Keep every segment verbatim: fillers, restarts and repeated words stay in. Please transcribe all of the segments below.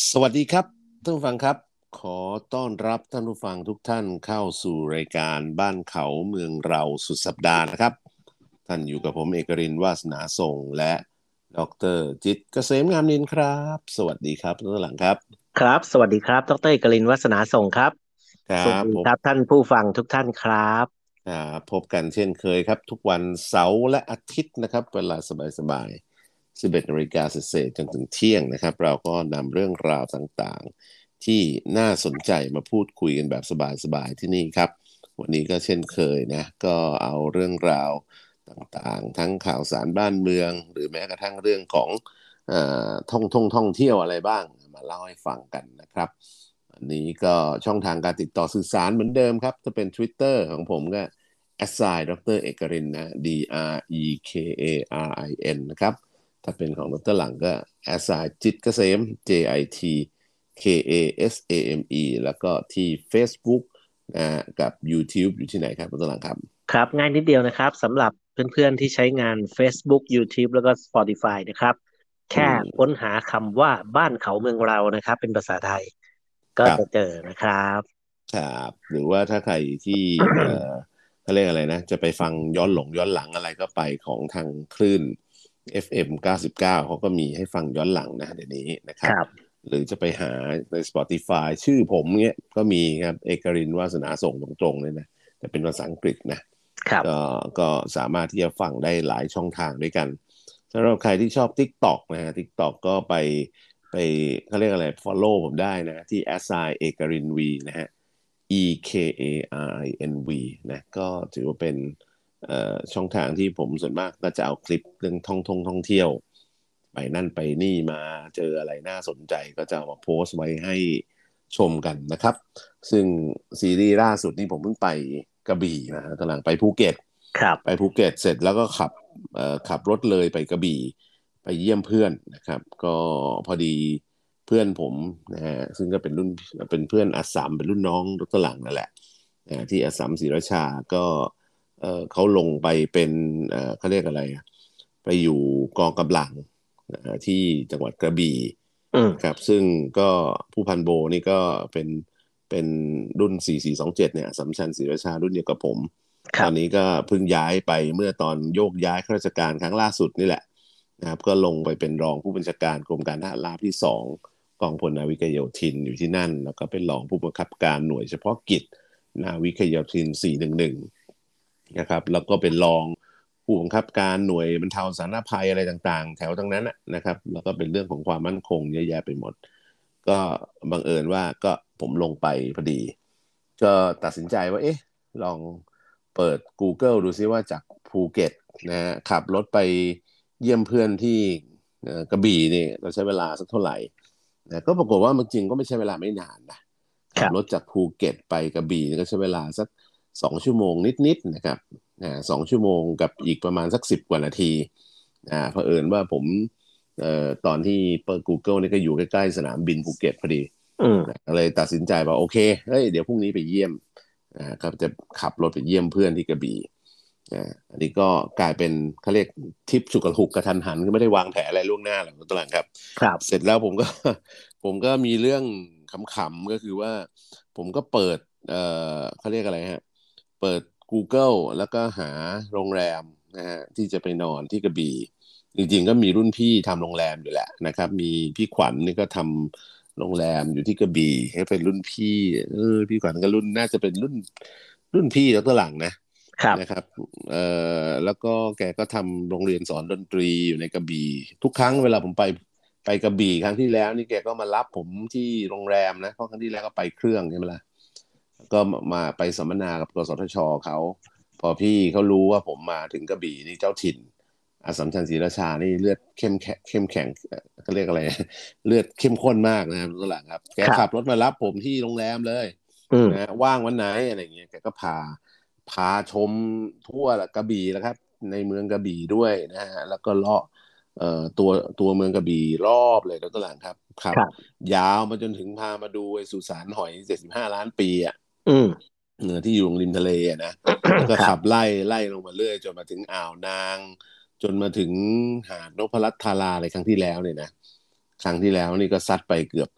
สวัสดีครับท่านผู้ฟังครับขอต้อนรับท่านผู้ฟังทุกท่านเข้าสู่รายการบ้านเขาเมืองเราสุดสัปดาห์นะครับท่านอยู่กับผมเอกรินทร์วาสนาส่งและดรจิตรเกษมงามนินทร์ครับสวัสดีครับท่านผู้ฟังครับครับสวัสดีครับดรเอกลินวัฒนาส่งครับครัสวัสดีบผมครับท่านผู้ฟังทุกท่านครับครับพบกันเช่นเคยครับทุกวันเสาร์และอาทิตย์นะครับเวลาสบายๆสิบเอ็ดนาฬิกาเศษๆจนถึงเที่ยงนะครับเราก็นำเรื่องราวต่างๆที่น่าสนใจมาพูดคุยกันแบบสบายๆที่นี่ครับวันนี้ก็เช่นเคยนะก็เอาเรื่องราวต่างๆทั้งข่าวสารบ้านเมืองหรือแม้กระทั่งเรื่องของเอ่อท่องท่องท่องเที่ยวอะไรบ้างมาเล่าให้ฟังกันนะครับอันนี้ก็ช่องทางการติดต่อสื่อสารเหมือนเดิมครับถ้าเป็น Twitter ของผมก็ แอท ไซน์ ดรเอกรินนะ D R E K A R I N นะครับถ้าเป็นของดรหลังก็ แอท ไซน์ จิตรเกษม J I T K A S A M E แล้วก็ที่ Facebook นะกับ YouTube อยู่ที่ไหนครับดรหลังครับครับง่ายนิดเดียวนะครับสำหรับเพื่อนๆที่ใช้งาน Facebook YouTube แล้วก็ Spotify นะครับอืแค่ค้นมหาคำว่าบ้านเขาเมืองเรานะครับเป็นภาษาไทยก็ครับจะเจอนะครับครับหรือว่าถ้าใครที่เอ่อเขาเรียกอะไรนะจะไปฟังย้อนหลงย้อนหลังอะไรก็ไปของทางคลื่น เอฟ เอ็ม เก้าสิบเก้าเขาก็มีให้ฟังย้อนหลังนะเดี๋ยวนี้นะครับครับหรือจะไปหาใน Spotify ชื่อผมเนี้ยก็มีครับเอกรินทร์วาสนาส่งตรงๆเลยนะแต่เป็นภาษาอังกฤษนะก็ครับก็สามารถที่จะฟังได้หลายช่องทางด้วยกันสำหรับใครที่ชอบ TikTok นะฮะ TikTok ก็ไปไปเขาเรียกอะไร follow ผมได้นะที่ แอท ไซน์ เอกรินวีนะฮะ E K A R I N V นะก็ถือว่าเป็นเอ่อช่องทางที่ผมส่วนมากก็จะเอาคลิปเรื่องท่องท่องท่องเที่ยวไปนั่นไปนี่มาเจออะไรน่าสนใจก็จะเอามาโพสต์ไว้ให้ชมกันนะครับซึ่งซีรีส์ล่าสุดนี่ผมเพิ่งไปกระบี่นะกำลังไปภูเก็ตครับไปภูเก็ตเสร็จแล้วก็ขับเอ่อขับรถเลยไปกระบี่ไปเยี่ยมเพื่อนนะครับก็พอดีเพื่อนผมนะฮะซึ่งก็เป็นรุ่นเป็นเพื่อนอัสสัมเป็นรุ่นน้องดรหลังนั่นแหละนะที่อัสสัมศรีราชาก็เอ่อเขาลงไปเป็นเอ่อเขาเรียกอะไรอะไปอยู่กองกำลังนะฮะที่จังหวัดกระบี่อืมนะครับซึ่งก็ผู้พันโบนี่ก็เป็นเป็นรุ่นสี่สี่สองเจ็ดเนี่ยสัมชัญศรีราชารุ่นเดียวกับผมตอนนี้ครับก็เพิ่งย้ายไปเมื่อตอนโยกย้ายข้าราชการครั้งล่าสุดนี่แหละนะครับก็ลงไปเป็นรองผู้บัญชาการกรมการทหารราบที่สองกองพลนาวิกโยธินอยู่ที่นั่นแล้วก็เป็นรองผู้บังคับการหน่วยเฉพาะกิจนาวิกโยธินสี่หนึ่งหนึ่งนะครับแล้วก็เป็นรองผู้บังคับการหน่วยบรรเทาสาธารณภัยอะไรต่างๆแถวตรงนั้นนะครับแล้วก็เป็นเรื่องของความมั่นคงเยอะแยะไปหมดก็บังเอิญว่าก็ผมลงไปพอดีก็ตัดสินใจว่าเอ๊ะลองเปิด Google ดูซิว่าจากภูเก็ตนะฮะขับรถไปเยี่ยมเพื่อนที่เอ่อกระบี่นี่เราใช้เวลาสักเท่าไหร่นะก็ปรากฏว่ามันจริงก็ไม่ใช่เวลาไม่นานนะคขับรับรถจากภูเก็ตไปกระบี่นี่ก็ใช้เวลาสักสองชั่วโมงนิดๆนะครับอ่าสองชั่วโมงกับอีกประมาณสักสิบกว่านาทีอ่าเผอิญว่าผมเอ่อตอนที่เปิด Google นี่ก็อยู่ใกล้ๆสนามบินภูเก็ตพอดีอืมนะก็เลยตัดสินใจว่าโอเคเฮ้ยเดี๋ยวพรุ่งนี้ไปเยี่ยมนะครับจะขับรถไปเยี่ยมเพื่อนที่กระบี่ อ่าอันนี้ก็กลายเป็นเขาเรียกทริปฉุกละหุกกระทันหันก็ไม่ได้วางแผนอะไรล่วงหน้าหรอกตลังครับครับเสร็จแล้วผมก็ผมก็มีเรื่องขำๆก็คือว่าผมก็เปิดเอ่อเขาเรียกอะไรฮะเปิด Google แล้วก็หาโรงแรมนะฮะที่จะไปนอนที่กระบี่จริงๆก็มีรุ่นพี่ทำโรงแรมอยู่แหละนะครับมีพี่ขวัญนี่ก็ทำโรงแรมอยู่ที่กระบี่ให้เป็นรุ่นพี่เออพี่ขวัญก็รุ่นน่าจะเป็นรุ่นรุ่นพี่แล้วก็หลังนะครับนะครับเอ่อแล้วก็แกก็ทำโรงเรียนสอนดนตรีอยู่ในกระบี่ทุกครั้งเวลาผมไปไปกระบี่ครั้งที่แล้วนี่แกก็มารับผมที่โรงแรมนะเพราะครั้งที่แล้วก็ไปเครื่องใช่ไหมล่ะก็มาไปสัมมนากับกสทชเขาพอพี่เขารู้ว่าผมมาถึงกระบี่นี่เจ้าถิ่นอัสสัมชัญศรีราชานี่เลือดเข้มแข็งเข้มแข็งเอ่อเขาเรียกอะไรเลือดเข้มข้นมากนะครับตัวหลังครับแกขับรถครับมารับผมที่โรงแรมเลยอืมนะว่างวันไหนอะไรเงี้ยแกก็พา พาชมทั่วกระบี่แล้วครับในเมืองกระบี่ด้วยนะฮะแล้วก็เลาะเอ่อตัวตัวเมืองกระบี่รอบเลยแล้วก็หลังครับครับครับยาวมาจนถึงพามาดูไอ้สุสานหอยเจ็ดสิบห้าล้านปีอ่ะอืมเออที่อยู่ริมทะเลอ่ะนะแล้วก็ครับขับไล่ไล่ลงมาเรื่อยจนมาถึงอ่าวนางจนมาถึงหาดนพรัตน์ธาราในครั้งที่แล้วเนี่ยนะครั้งที่แล้วนี่ก็ซัดไปเกือบ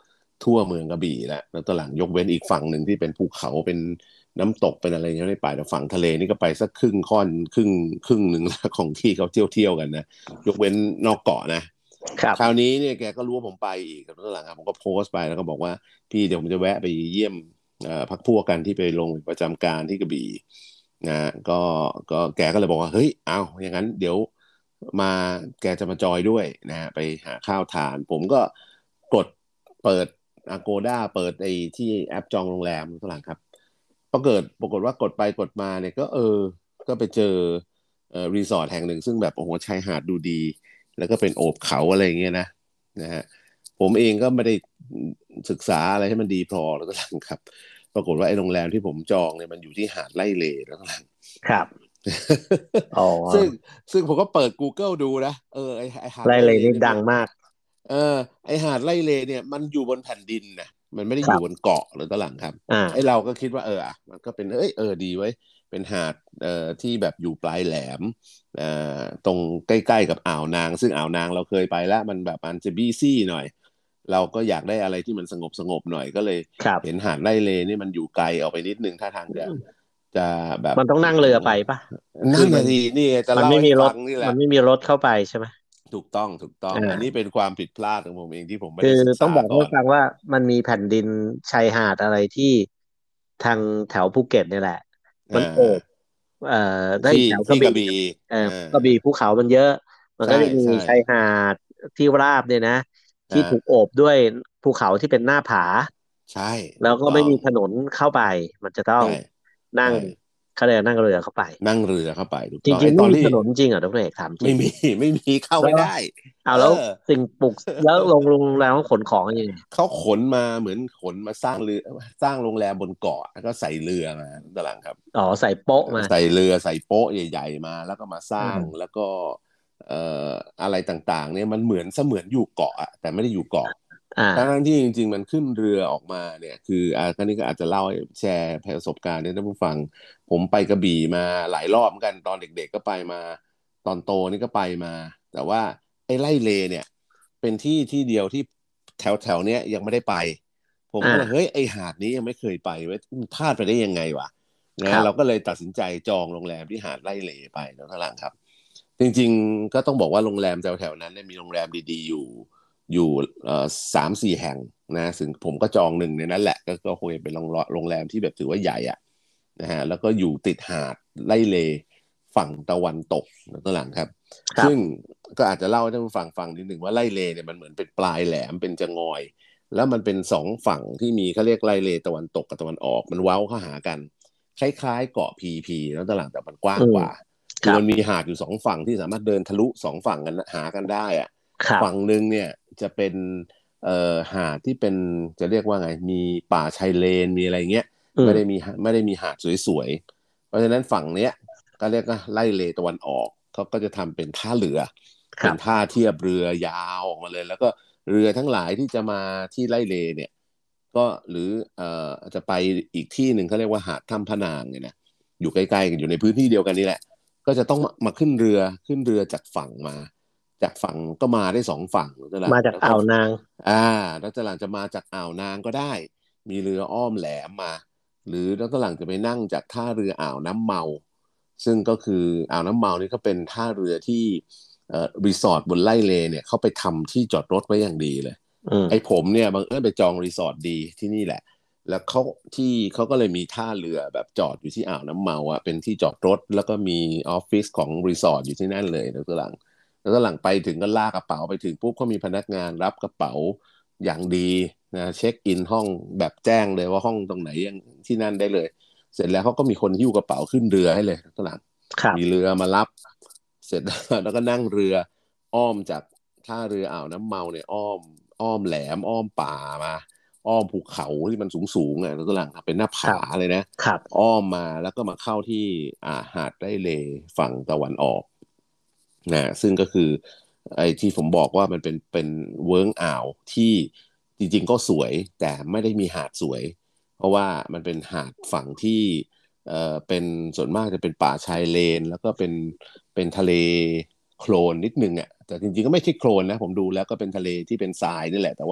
ทั่วเมืองกระบี่แล้วแล้วตอนหลังยกเว้นอีกฝั่งหนึ่งที่เป็นภูเขาเป็นน้ำตกเป็นอะไรอย่างเงี้ยไม่ไปแต่ฝั่งทะเลนี่ก็ไปสักครึ่งค่อนครึ่งครึ่งหนึ่งแล้วของที่เขาเที่ยวเที่ยวกันนะยกเว้นนอกเกาะนะครับ คราวนี้เนี่ยแกก็รู้ว่าผมไปอีกครับตอนหลังครับผมก็โพสต์ไปแล้วก็บอกว่าพี่เดี๋ยวผมจะแวะไปเยี่ยมเอ่อพักพวกกันที่ไปลงประจำการที่กระบี่นะก็ก็แกก็เลยบอกว่าเฮ้ยเอาอย่างนั้นเดี๋ยวมาแกจะมาจอยด้วยนะฮะไปหาข้าวทานผมก็กดเปิด Agoda เปิดไอ้ที่แอปจองโรงแรมตอนหลังครับปรากฏปรากฏว่ากดไปกดมาเนี่ยก็เออก็ไปเจอเอ่อรีสอร์ทแห่งหนึ่งซึ่งแบบโอ้โหชายหาดดูดีแล้วก็เป็นโอบเขาอะไรอย่างเงี้ยนะนะฮะผมเองก็ไม่ได้ศึกษาอะไรให้มันดีพอแล้วก็หลังครับปรากฏว่าไอ้โรงแรมที่ผมจองเนี่ยมันอยู่ที่หาดไร่เลแล้วก็หลังครับอ๋อซึ่งซึ่งผมก็เปิด Google ดูนะเออไอไอหาดไล่เลยนี่ไร่เลเนี่ยมันดังมากเออไอหาดไร่เลเนี่ยมันอยู่บนแผ่นดินนะมันไม่ได้อยู่บนครับเกาะหรือตะหลังครับอ่าไอเราก็คิดว่าเอออ่ะมันก็เป็นเอ้ยเออดีไว้ยเป็นหาดเอ่อที่แบบอยู่ปลายแหลมเอ่อตรงใกล้ๆกับอ่าวนางซึ่งอ่าวนางเราเคยไปแล้วมันแบบมันจะบีซี่หน่อยเราก็อยากได้อะไรที่มันสงบสงบหน่อยก็เลยเห็นครับหาดไร่เลนี่มันอยู่ไกลออกไปนิดนึงท่าทางจะจะแบบมันต้องนั่งเรือไปปะคือมันนั่นนาทีนี่จะมันเล่าให้ฟัไม่มีรถงนี่แหละมันไม่มีรถเข้าไปใช่ไหมถูกต้องถูกต้องอันนี้อ่าเป็นความผิดพลาดของผมเองที่ผมไม่คือได้ศึกษาต้องบอกก่อนให้ฟังว่ามันมีแผ่นดินชายหาดอะไรที่ทางแถวภูเก็ตเนี่ยแหละอ่มันโอบาเอ่อได้ที่แถวกระบี่ที่กระบี่เอ่ออ่กระบี่าภูเขามันเยอะมันก็ใช่จะมีใช่ชายหาดที่ราบเนี่ยนะที่ถูกโออ่าบด้วยภูเขาที่เป็นหน้าผาใช่แล้วก็ไม่ถูกต้องมีถนนเข้าไปมันจะต้องใช่นั่งใช่เขาเรียกนั่งเรือเข้าไปนั่งเรือเข้าไปถูกจต้องริงๆไม่มีไอ้ตอนที่ถนนจริงเหรอดรเอกถามจริงไม่มีไม่มีเข้าแล้วไม่ได้เอาเอแล้วอสิ่งปลูกแล้วลงโรงแรมขนของยังไงเขาขนมาเหมือนขนมาสร้างเรือสร้างโรงแรมบนเกาะแล้วก็ใส่เรือมาตารางครับอ๋อใส่โป๊ะมาใส่เรือใส่โป๊ะใหญ่ๆมาแล้วก็มาสร้างอืมแล้วก็เอ่ออะไรต่างๆเนี่ยมันเหมือนเสมือนอยู่เกาะอะแต่ไม่ได้อยู่เกาะอ่าทั้งที่จริงๆมันขึ้นเรือออกมาเนี่ยคืออ่าครั้นี้ก็อาจจะเล่าให้แชร์ประสบการณ์ให้ท่านผู้ฟังผมไปกระบี่มาหลายรอบเหมือนกันตอนเด็กๆก็ไปมาตอนโตนี่ก็ไปมาแต่ว่าไอ้ไร่เลเนี่ยเป็นที่ที่เดียวที่แถวแถวเนี้ยยังไม่ได้ไปผมก็เลยเฮ้อ่ายไอหาดนี้ยังไม่เคยไปเว้ยพลาดไปได้ยังไงวะคนะเราก็รับเลยตัดสินใจจองโรงแรมที่หาดไร่เหลไปนะท่านหลังครับจริงๆก็ต้องบอกว่าโรงแรมแถวๆนั้นเนี่ยมีโรงแรมดีๆอยู่อยู่เอ่อสามสี่แห่งนะซึ่งผมก็จองหนึ่งในนั้นแหละก็ก็คงจะเป็นโรงโรงแรมที่แบบถือว่าใหญ่อะนะฮะแล้วก็อยู่ติดหาดไร่เลฝั่งตะวันตกนะท่านหลังครับซึ่งครับก็อาจจะเล่าให้ท่านผู้ฟังฟังนิดหนึ่งว่าไร่เลเนี่ยมันเหมือนเป็นปลายแหลมเป็นจะงอยแล้วมันเป็นสองฝั่งที่มีเขาเรียกไร่เลตะวันตกกับตะวันออกมันเว้าเข้าหากัน คล้ายๆเกาะพีพีแล้วตลาดแต่มันกว้าอืมงกว่าคือครับมันมีหาดอยู่สองฝั่งที่สามารถเดินทะลุสองฝั่งกันหากันได้อะฝั่งครับหนึ่งเนี่ยจะเป็นเอ่อหาดที่เป็นจะเรียกว่าไงมีป่าชายเลนมีอะไรเงี้ยอืมไม่ได้มีไม่ได้มีหาดสวยๆเพราะฉะนั้นฝั่งเนี้ยก็เรียกว่าไล่เลตะวันออกเขาก็จะทำเป็นท่าเรือเป็นท่าครับเทียบเรือยาวออกมาเลยแล้วก็เรือทั้งหลายที่จะมาที่ไล่เลเนี่ย ก็หรือเอ่อจะไปอีกที่หนึ่งเขาเรียกว่าหาดถ้ำพะนางเนี่ยนะอยู่ใกล้ๆกันอยู่ในพื้นที่เดียวกันนี่แหละก็จะต้องมามาขึ้นเรือขึ้นเรือจากฝั่งมาจากฝั่งก็มาได้สองฝั่งแล้วล่ะมาจากแล้วก็อ่าวนางอ่าแล้วตะหลังจะมาจากอ่าวนางก็ได้มีเรืออ้อมแหลมมาหรือแล้วตะหลังจะไปนั่งจากท่าเรืออ่าวน้ำเมาซึ่งก็คืออ่าวน้ำเมานี่ก็เป็นท่าเรือที่เอ่อรีสอร์ทบนไร่เลเนี่ยเขาไปทำที่จอดรถไว้อย่างดีเลยอืมไอ้ผมเนี่ยบังเอิญไปจองรีสอร์ทดีที่นี่แหละแล้วเขาที่เขาก็เลยมีท่าเรือแบบจอดอยู่ที่อ่าวน้ำเมาอะเป็นที่จอดรถแล้วก็มีออฟฟิศของรีสอร์ทอยู่ที่นั่นเลยแล้วก็หลังแล้วก็หลังไปถึงก็ลากกระเป๋าไปถึงปุ๊บก็มีพนักงานรับกระเป๋าอย่างดีนะเช็คอินห้องแบบแจ้งเลยว่าห้องตรงไหนยังที่นั่นได้เลยเสร็จแล้วเขาก็มีคนหิ้วกระเป๋าขึ้นเรือให้เลยข้างหลังครับมีเรือมารับเสร็จแล้วก็นั่งเรืออ้อมจากท่าเรืออ่าวน้ำเมาเนี่ยอ้อม อ้อมแหลมอ้อมป่ามาอ้อมภูเขาที่มันสูงสูงอ่ะแล้วก็หลังเป็นหน้าครัผาบเลยนะครับอ้อมมาแล้วก็มาเข้าที่อ่าหาดไร่เลฝั่งตะวันออกนะซึ่งก็คือไอ้ที่ผมบอกว่ามันเป็นเป็นเวิ้งอ่าวที่จริงๆก็สวยแต่ไม่ได้มีหาดสวยเพราะว่ามันเป็นหาดฝั่งที่เอ่อเป็นส่วนมากจะเป็นป่าชายเลนแล้วก็เป็นเป็นทะเลโคลนนิดนึงอ่ะแต่จริงๆก็ไม่ใช่โคลนนะผมดูแล้วก็เป็นทะเลที่เป็นทรายนี่แหละแต่ว่า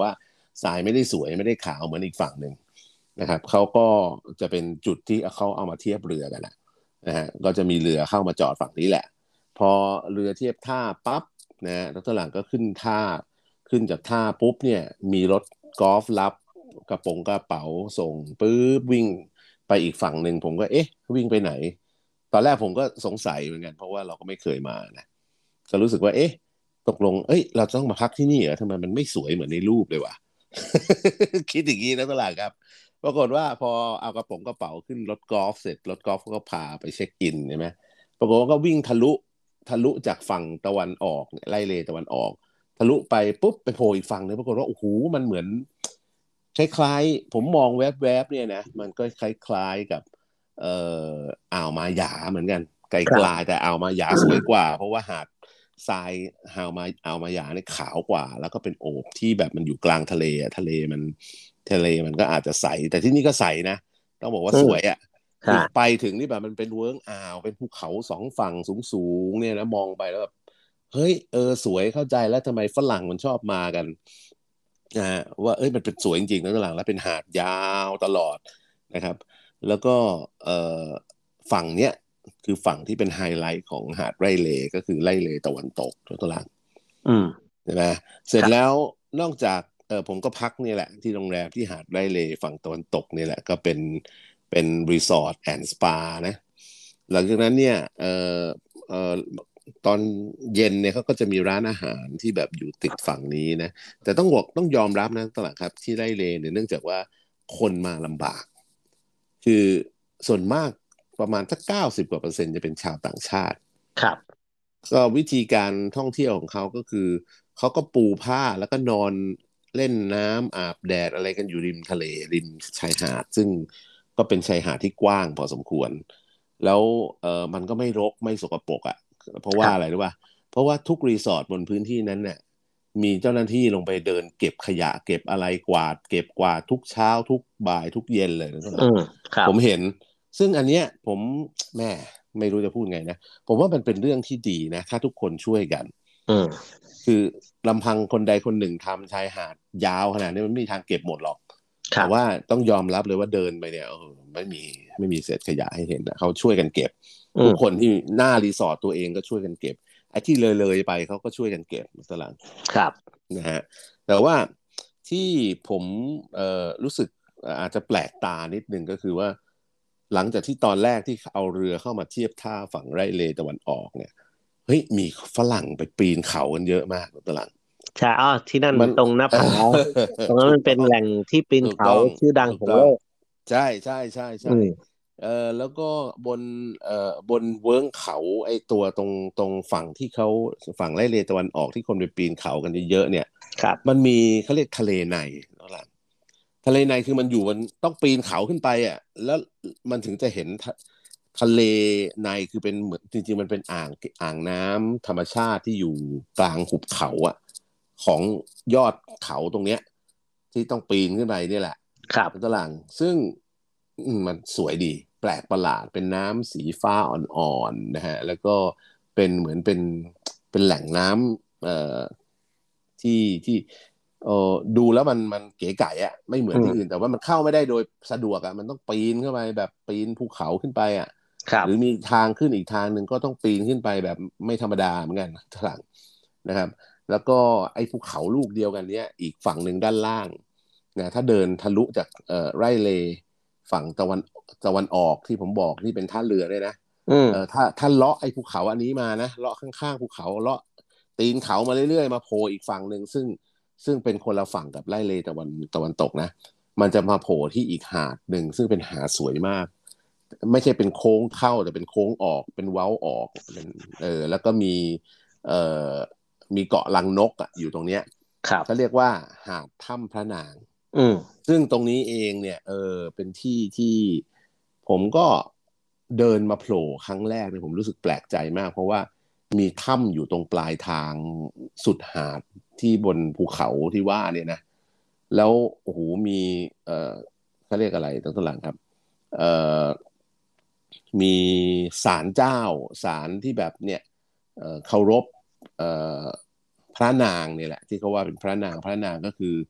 ทรายไม่ได้สวยไม่ได้ขาวเหมือนอีกฝั่งหนึ่งนะครับเขาก็จะเป็นจุดที่เขาเอามาเทียบเรือกันนะนะฮะก็จะมีเรือเข้ามาจอดฝั่งนี้แหละพอเรือเทียบท่าปั๊บนะแล้วตอนหลังก็ขึ้นท่าขึ้นจากท่าปุ๊บเนี่ยมีรถกอล์ฟรับกระโปรงกระเป๋าส่งปุ๊บวิ่งไปอีกฝั่งหนึ่งผมก็เอ๊ะวิ่งไปไหนตอนแรกผมก็สงสัยเหมือนกันเพราะว่าเราก็ไม่เคยมานะก็รู้สึกว่าเอ๊ะตกลงเอ้ยเราต้องมาพักที่นี่เหรอทำไมมันไม่สวยเหมือนในรูปเลยวะ คิดอย่างนี้นะตลาดครับปรากฏว่าพอเอากระป๋องกระเป๋าขึ้นรถกอล์ฟเสร็จรถกอล์ฟก็พาไปเช็คอินใช่ไหมปรากฏว่าก็วิ่งทะลุทะลุจากฝั่งตะวันออกไล่เลตะวันออกทะลุไปปุ๊บไปโผล่อีกฝั่งนึงปรากฏว่าโอ้โหมันเหมือนคล้ายๆผมมองแวบๆเนี่ยนะมันก็คล้ายๆกับเอ่ออ่าวมาหยาเหมือนกันไกลๆแต่อ่าวมาหยาสวยกว่าเพราะว่าหาดทรายฮาวมาอ่าวมาหยาเนี่ยขาวกว่าแล้วก็เป็นโอบที่แบบมันอยู่กลางทะเลอะทะเลมันทะเลมันก็อาจจะใสแต่ที่นี่ก็ใสนะต้องบอกว่าอืมสวยอ่ะคือค่ะไปถึงนี่แบบมันเป็นเวิ้งอ่าวเป็นภูเขาสองฝั่งสูงๆเนี่ยนะมองไปแล้วแบบเฮ้ยเออสวยเข้าใจแล้วทำไมฝรั่งมันชอบมากันนะฮะว่าเอ้ยมันเป็นสวยจริงๆนะตหลังแล้วเป็นหาดยาวตลอดนะครับแล้วก็เอ่อฝั่งเนี้ยคือฝั่งที่เป็นไฮไลท์ของหาดไร่เลก็คือไร่เลตะวันตกตัวหลังอืมใช่ไหมเสร็ครับจแล้วนอกจากเออผมก็พักนี่แหละที่โรงแรมที่หาดไร่เลฝั่งตะวันตกนี่แหละก็เป็นเป็นรีสอร์ทแอนด์สปานะหลังจากนั้นเนี่ยเออเออตอนเย็นเนี่ยเขาก็จะมีร้านอาหารที่แบบอยู่ติดฝั่งนี้นะแต่ต้องบอกต้องยอมรับนะตลาดครับที่ไร่เลเนี่ยเนื่องจากว่าคนมาลำบากคือส่วนมากประมาณสักเก้าสิบกว่าเปอร์เซ็นต์จะเป็นชาวต่างชาติครับก็วิธีการท่องเที่ยวของเขาก็คือเขาก็ปูผ้าแล้วก็นอนเล่นน้ำอาบแดดอะไรกันอยู่ริมทะเลริมชายหาดซึ่งก็เป็นชายหาดที่กว้างพอสมควรแล้วเออมันก็ไม่รกไม่สกปรกอ่ะเพราะคว่ารับอะไรรู้ป่ะเพราะว่าทุกรีสอร์ทบนพื้นที่นั้นเนี่ยมีเจ้าหน้าที่ลงไปเดินเก็บขยะเก็บอะไรกวาดเก็บกวาดทุกเช้าทุกบ่ายทุกเย็นเลยนะอืครับมครับผมเห็นซึ่งอันเนี้ยผมแม่ไม่รู้จะพูดไงนะ ผมว่ามันเป็นเรื่องที่ดีนะถ้าทุกคนช่วยกันอืมคือลำพังคนใดคนหนึ่งทำชายหาดยาวขนาดนี้มันไม่มีทางเก็บหมดหรอกครับแต่ว่าต้องยอมรับเลยว่าเดินไปเนี่ยเออไม่มีไม่มีเศษขยะให้เห็นนะเขาช่วยกันเก็บอืมทุกคนที่หน้ารีสอร์ทตัวเองก็ช่วยกันเก็บไอ้ที่เลยเลยไปเขาก็ช่วยกันเก็บตลาดครับนะฮะแต่ว่าที่ผมเอ่อรู้สึกอาจจะแปลกตานิดนึงก็คือว่าหลังจากที่ตอนแรกที่เอาเรือเข้ามาเทียบท่าฝั่งไร่เลตะวันออกเนี่ย เฮ้ยมีฝรั่งไปปีนเขากันเยอะมากตลาดใช่อ๋อที่นั่นมันตรงหน้าเออผาตรงนั้นถูกต้องมันเป็นแหล่งที่ปีนเขาถูกต้องชื่อดังถูกต้องของโลกใช่ใช่ใช่ใช่อืมเออแล้วก็บนเอ่อบนเวิ้งเขาไอ้ตัวตรงตรงฝั่งที่เขาฝั่งไร่เลตะวันออกที่คนไปปีนเขากันเยอะๆเนี่ยครับมันมีเขาเรียกทะเลในนั่นแหละทะเลในคือมันอยู่มันต้องปีนเขาขึ้นไปอ่ะแล้วมันถึงจะเห็นทะทะเลในคือเป็นเหมือนจริงๆมันเป็นอ่างอ่างน้ำธรรมชาติที่อยู่กลางหุบเขาอ่ะของยอดเขาตรงเนี้ยที่ต้องปีนขึ้นไปเนี่ยแหละครับเป็นตารางซึ่งอืมมันสวยดีแปลกประหลาดเป็นน้ำสีฟ้าอ่อนๆนะฮะแล้วก็เป็นเหมือนเป็นเป็นแหล่งน้ำเอ่อที่ที่ เออดูแล้วมันมันเก๋ไก่อะไม่เหมือนที่อื่นอืมแต่ว่ามันเข้าไม่ได้โดยสะดวกอะมันต้องปีนเข้าไปแบบปีนภูเขาขึ้นไปอะครับหรือมีทางขึ้นอีกทางหนึ่งก็ต้องปีนขึ้นไปแบบไม่ธรรมดาเหมือนกันทางนะครับแล้วก็ไอ้ภูเขาลูกเดียวกันเนี้ยอีกฝั่งหนึ่งด้านล่างนะถ้าเดินทะลุจากเอ่อไร่เลฝั่งตะวันตะวันออกที่ผมบอกที่เป็นท่าเรือเนี่ยนะอืมเออถ้าถ้าเลาะไอ้ภูเขาอันนี้มานะเลาะข้างๆภูเขาเลาะตีนเขามาเรื่อยๆมาโผล่อีกฝั่งหนึ่งซึ่ง ซึ่งเป็นคนละฝั่งกับไร่เลตะวันตะวันตกนะมันจะมาโผล่ที่อีกหาดหนึ่งซึ่งเป็นหาดสวยมากไม่ใช่เป็นโค้งเข้าแต่เป็นโค้งออกเป็นเว้าออกเป็นเออแล้วก็มีเอ่อมีเกาะลังนกอ่ะอยู่ตรงเนี้ยครับเขาเรียกว่าหาดถ้ำพระนางอืมซึ่งตรงนี้เองเนี่ยเออเป็นที่ที่ผมก็เดินมาโผล่ครั้งแรกเนี่ยผมรู้สึกแปลกใจมากเพราะว่ามีถ้ำอยู่ตรงปลายทางสุดหาด ที่บนภูเขาที่ว่าเนี่ยนะแล้วโอ้โหมีเอ่อเขาเรียกอะไรตั้งแต่หลังครับเอ่อมีศาลเจ้าศาลที่แบบเนี่ยเอ่อเคารพเอ่อพระนางเนี่ยแหละที่เขาว่าเป็นพระนางพระนางก็คือ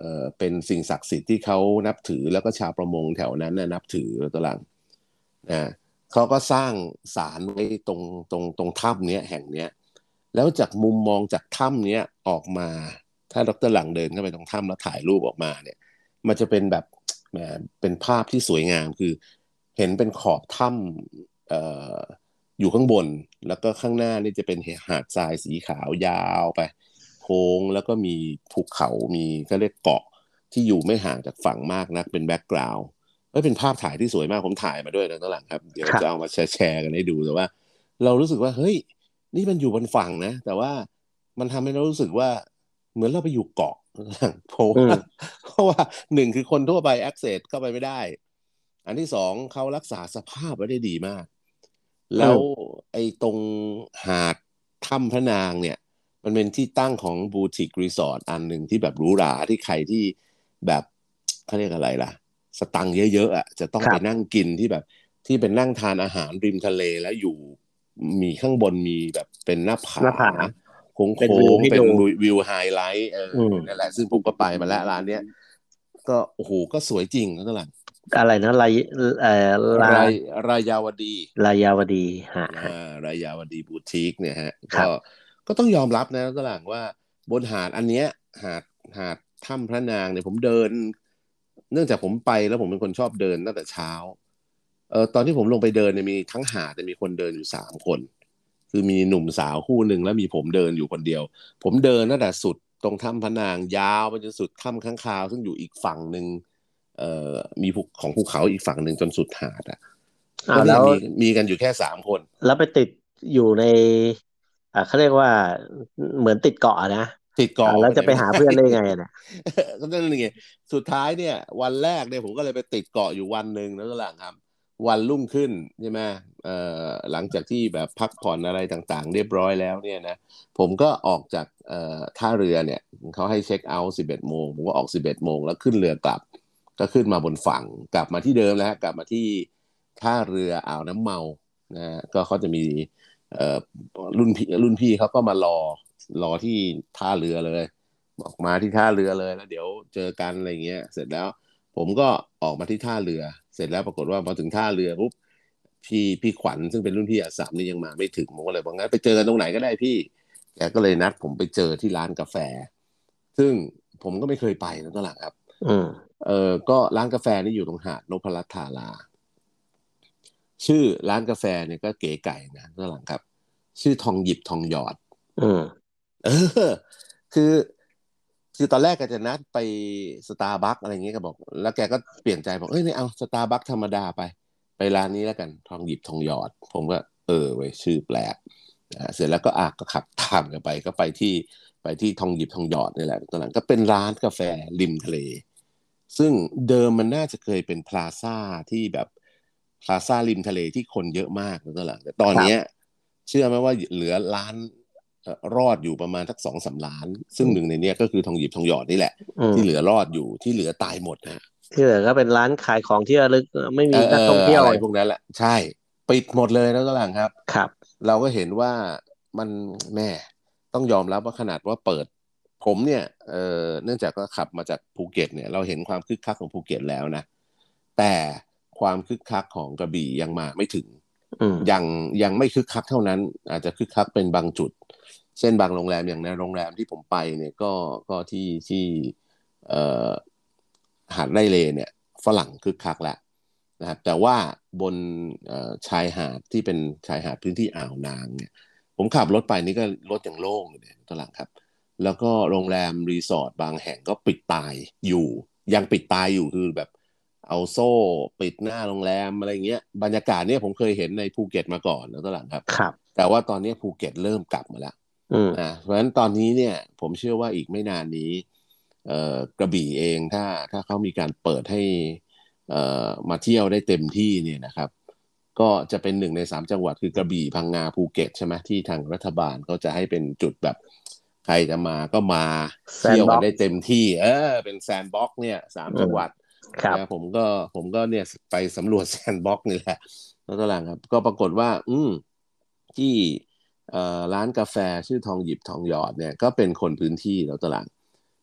เอ่อเป็นสิ่งศักดิ์สิทธิ์ที่เขานับถือแล้วก็ชาวประมงแถวนั้นน่ะนับถือตะหลังนะเขาก็สร้างศาลไว้ตรงตรงตรงถ้ำเนี้ยแห่งเนี้ยแล้วจากมุมมองจากถ้ำเนี้ยออกมาถ้าดรหลังเดินเข้าไปตรงถ้ำแล้วถ่ายรูปออกมาเนี่ยมันจะเป็นแบบแหมเป็นภาพที่สวยงามคือเห็นเป็นขอบถ้ำเอ่ออยู่ข้างบนแล้วก็ข้างหน้านี่จะเป็นหาดทรายสีขาวยาวไปโค้งแล้วก็มีภูเขามีก็เรียกเกาะที่อยู่ไม่ห่างจากฝั่งมากนักเป็นแบ็กกราวด์เอ้ยเป็นภาพถ่ายที่สวยมากผมถ่ายมาด้วยนะตอนหลังครับเดี๋ยวครับจะเอามาแชร์แชร์กันให้ดูแต่ว่าเรารู้สึกว่าเฮ้ยนี่มันอยู่บนฝั่งนะแต่ว่ามันทำให้เรารู้สึกว่าเหมือนเราไปอยู่เกาะเพราะว่าอืมเพราะว่าหนึ่งคือคนทั่วไป access เข้าไปไม่ได้อันที่สองเขารักษาสภาพไว้ได้ดีมากแล้วอืมไอ้ตรงหาดถ้ำพระนางเนี่ยมันเป็นที่ตั้งของบูติกรีสอร์ทอันหนึ่งที่แบบหรูหราที่ใครที่แบบเขาเรียกอะไรล่ะสตังค์เยอะๆอ่ะจะต้องไปนั่งครับกินที่แบบที่เป็นนั่งทานอาหารริมทะเลแล้วอยู่มีข้างบนมีแบบเป็นหน้าผาหน้าผาโเป็นค้งๆเป็นวิวให้ดูวิวไฮไลท์เอออืมนั่นแหละซึ่งผมก็ไปมาแล้วร้านเนี้ยก็โอ้โหก็สวยจริงนะตลาดอะไรนะลายเอ่อลารายรายาวดีลายาวดีฮะอ่ฮะารายาวดีบูติกเนี่ยฮะก็ครับก็ต้องยอมรับนะตลาดว่าบนหาดอันเนี้ยหาดหาดถ้ำพระนางเนี่ยผมเดินเนื่องจากผมไปแล้วผมเป็นคนชอบเดินตั้งแต่เช้าเออตอนที่ผมลงไปเดินเนี่ยมีทั้งหาดจะมีคนเดินอยู่สามคนคือมีหนุ่มสาวคู่หนึ่งแล้วมีผมเดินอยู่คนเดียวผมเดินตั้งแต่สุดตรงถ้ำพระนางยาวไปจนสุดถ้ำข้างคาวซึ่งอยู่อีกฝั่งหนึ่งเอ่อมีภูของภูเขาอีกฝั่งหนึ่งจนสุดหาดอ่ะก็อ้าวแล้วเนี่ยมีมีกันอยู่แค่สามคนแล้วไปติดอยู่ในอ่าเขาเรียกว่าเหมือนติดเกาะอะนะติดอ่าเกาะแล้วจะไปไหนไม่ได้ไปหาเพื่อนได้ไงอะเนี่ยก็นั่นไงสุดท้ายเนี่ยวันแรกเนี่ยผมก็เลยไปติดเกาะอยู่วันหนึ่งแล้วก็หลังครับวันรุ่งขึ้นใช่ไหมเอ่อหลังจากที่แบบพักผ่อนอะไรต่างๆเรียบร้อยแล้วเนี่ยนะผมก็ออกจากเอ่อท่าเรือเนี่ยเขาให้เช็คเอาท์สิบเอ็ดโมงผมก็ออกสิบเอ็ดโมงแล้วขึ้นเรือกลับก็ขึ้นมาบนฝั่งกลับมาที่เดิมแล้วฮะกลับมาที่ท่าเรืออ่าวน้ำเมานะฮะก็เขาจะมีเอ่อรุ่นพี่รุ่นพี่เขาก็มารอ รอที่ท่าเรือเลยบอกมาที่ท่าเรือเลยแล้วเดี๋ยวเจอกันอะไรเงี้ยเสร็จแล้วผมก็ออกมาที่ท่าเรือเสร็จแล้วปรากฏว่าพอถึงท่าเรือปุ๊บพี่พี่ขวัญซึ่งเป็นรุ่นพี่อาสามนี่ยังมาไม่ถึงผมก็เลยบอกงั้นไปเจอกันตรงไหนก็ได้พี่แกก็เลยนัดผมไปเจอที่ร้านกาแฟซึ่งผมก็ไม่เคยไปนะตลาดครับอืมเออก็ร้านกาแฟนี่อยู่ตรงหาดนพรัตน์ธาราชื่อร้านกาแฟเนี่ยก็เก๋ไก่นะตลาดครับชื่อทองหยิบทองหยอดอืมเออคือคือตอนแรกก็จะนัดไปสตาร์บัคอะไรเงี้ยก็บอกแล้วแกก็เปลี่ยนใจบอกเอ้ยไม่เอาสตาร์บัคธรรมดาไปไปร้านนี้แล้วกันทองหยิบทองหยอดผมก็เออเว้ยชื่อแปลกนะฮะเสร็จแล้วก็อ่ะก็ขับตามกันไปก็ไปที่ไปที่ทองหยิบทองหยอดนี่แหละตอนนั้นก็เป็นร้านกาแฟริมทะเลซึ่งเดิมมันน่าจะเคยเป็นพลาซ่าที่แบบพลาซ่าริมทะเลที่คนเยอะมากนะตอนหลังแต่ตอนเนี้ยครับเชื่อไหมว่าเหลือร้าน เอ่อรอดอยู่ประมาณทักสองสามล้านซึ่งหนึ่งในเนี้ยก็คือทองหยิบทองหยอดนี่แหละอืมที่เหลือรอดอยู่ที่เหลือตายหมดนะที่เหลือก็เป็นร้านขายของที่ระลึกไม่มีเออเออนักท่องเที่ยวอะไรไงพวกนั้นแหละใช่ปิดหมดเลยนะตหลังครับครับเราก็เห็นว่ามันแม่ต้องยอมรับว่าขนาดว่าเปิดผมเนี่ยเออเนื่องจากก็ขับมาจากภูเก็ตเนี่ยเราเห็นความคึกคักของภูเก็ตแล้วนะแต่ความคึกคักของกระบี่ยังมาไม่ถึงอืมยังยังไม่คึกคักเท่านั้นอาจจะคึกคักเป็นบางจุดเช่นบางโรงแรมอย่างในโรงแรมที่ผมไปเนี่ยก็ก็ที่ที่เอ่อหาดไร่เลเนี่ยฝรั่งคึกคักแล้ว นะครับแต่ว่าบนชายหาดที่เป็นชายหาดพื้นที่อ่าวนางเนี่ยผมขับรถไปนี่ก็รถยังโล่งอยู่เลยตอนหลังครับแล้วก็โรงแรมรีสอร์ทบางแห่งก็ปิดตายอยู่ยังปิดตายอยู่คือแบบเอาโซ่ปิดหน้าโรงแรมอะไรเงี้ยบรรยากาศเนี่ยผมเคยเห็นในภูเก็ตมาก่อนนะตอนหลังครับครับแต่ว่าตอนนี้ภูเก็ตเริ่มกลับมาแล้วอืมนะเพราะฉะนั้นตอนนี้เนี่ยผมเชื่อว่าอีกไม่นานนี้เอ่อกระบี่เองถ้าถ้าเขามีการเปิดให้ เอ่อมาเที่ยวได้เต็มที่เนี่ยนะครับก็จะเป็นหนึ่งในสามจังหวัดคือกระบี่พังงาภูเก็ตใช่ไหมที่ทางรัฐบาลก็จะให้เป็นจุดแบบใครจะมาก็มาแซเที่ยวกันได้นด์บ็อกซ์เต็มที่เออเป็นแซนด์บ็อกซ์เนี่ยสามอืมจังหวัดครับนะผมก็ผมก็เนี่ยไปสำรวจแซนด์บ็อกซ์นี่แหละแล้วก็หลังครับก็ปรากฏว่าอืมที่เอ่อร้านกาแฟชื่อทองหยิบทองหยอดเนี่ยก็เป็นคนพื้นที่แล้วตลาด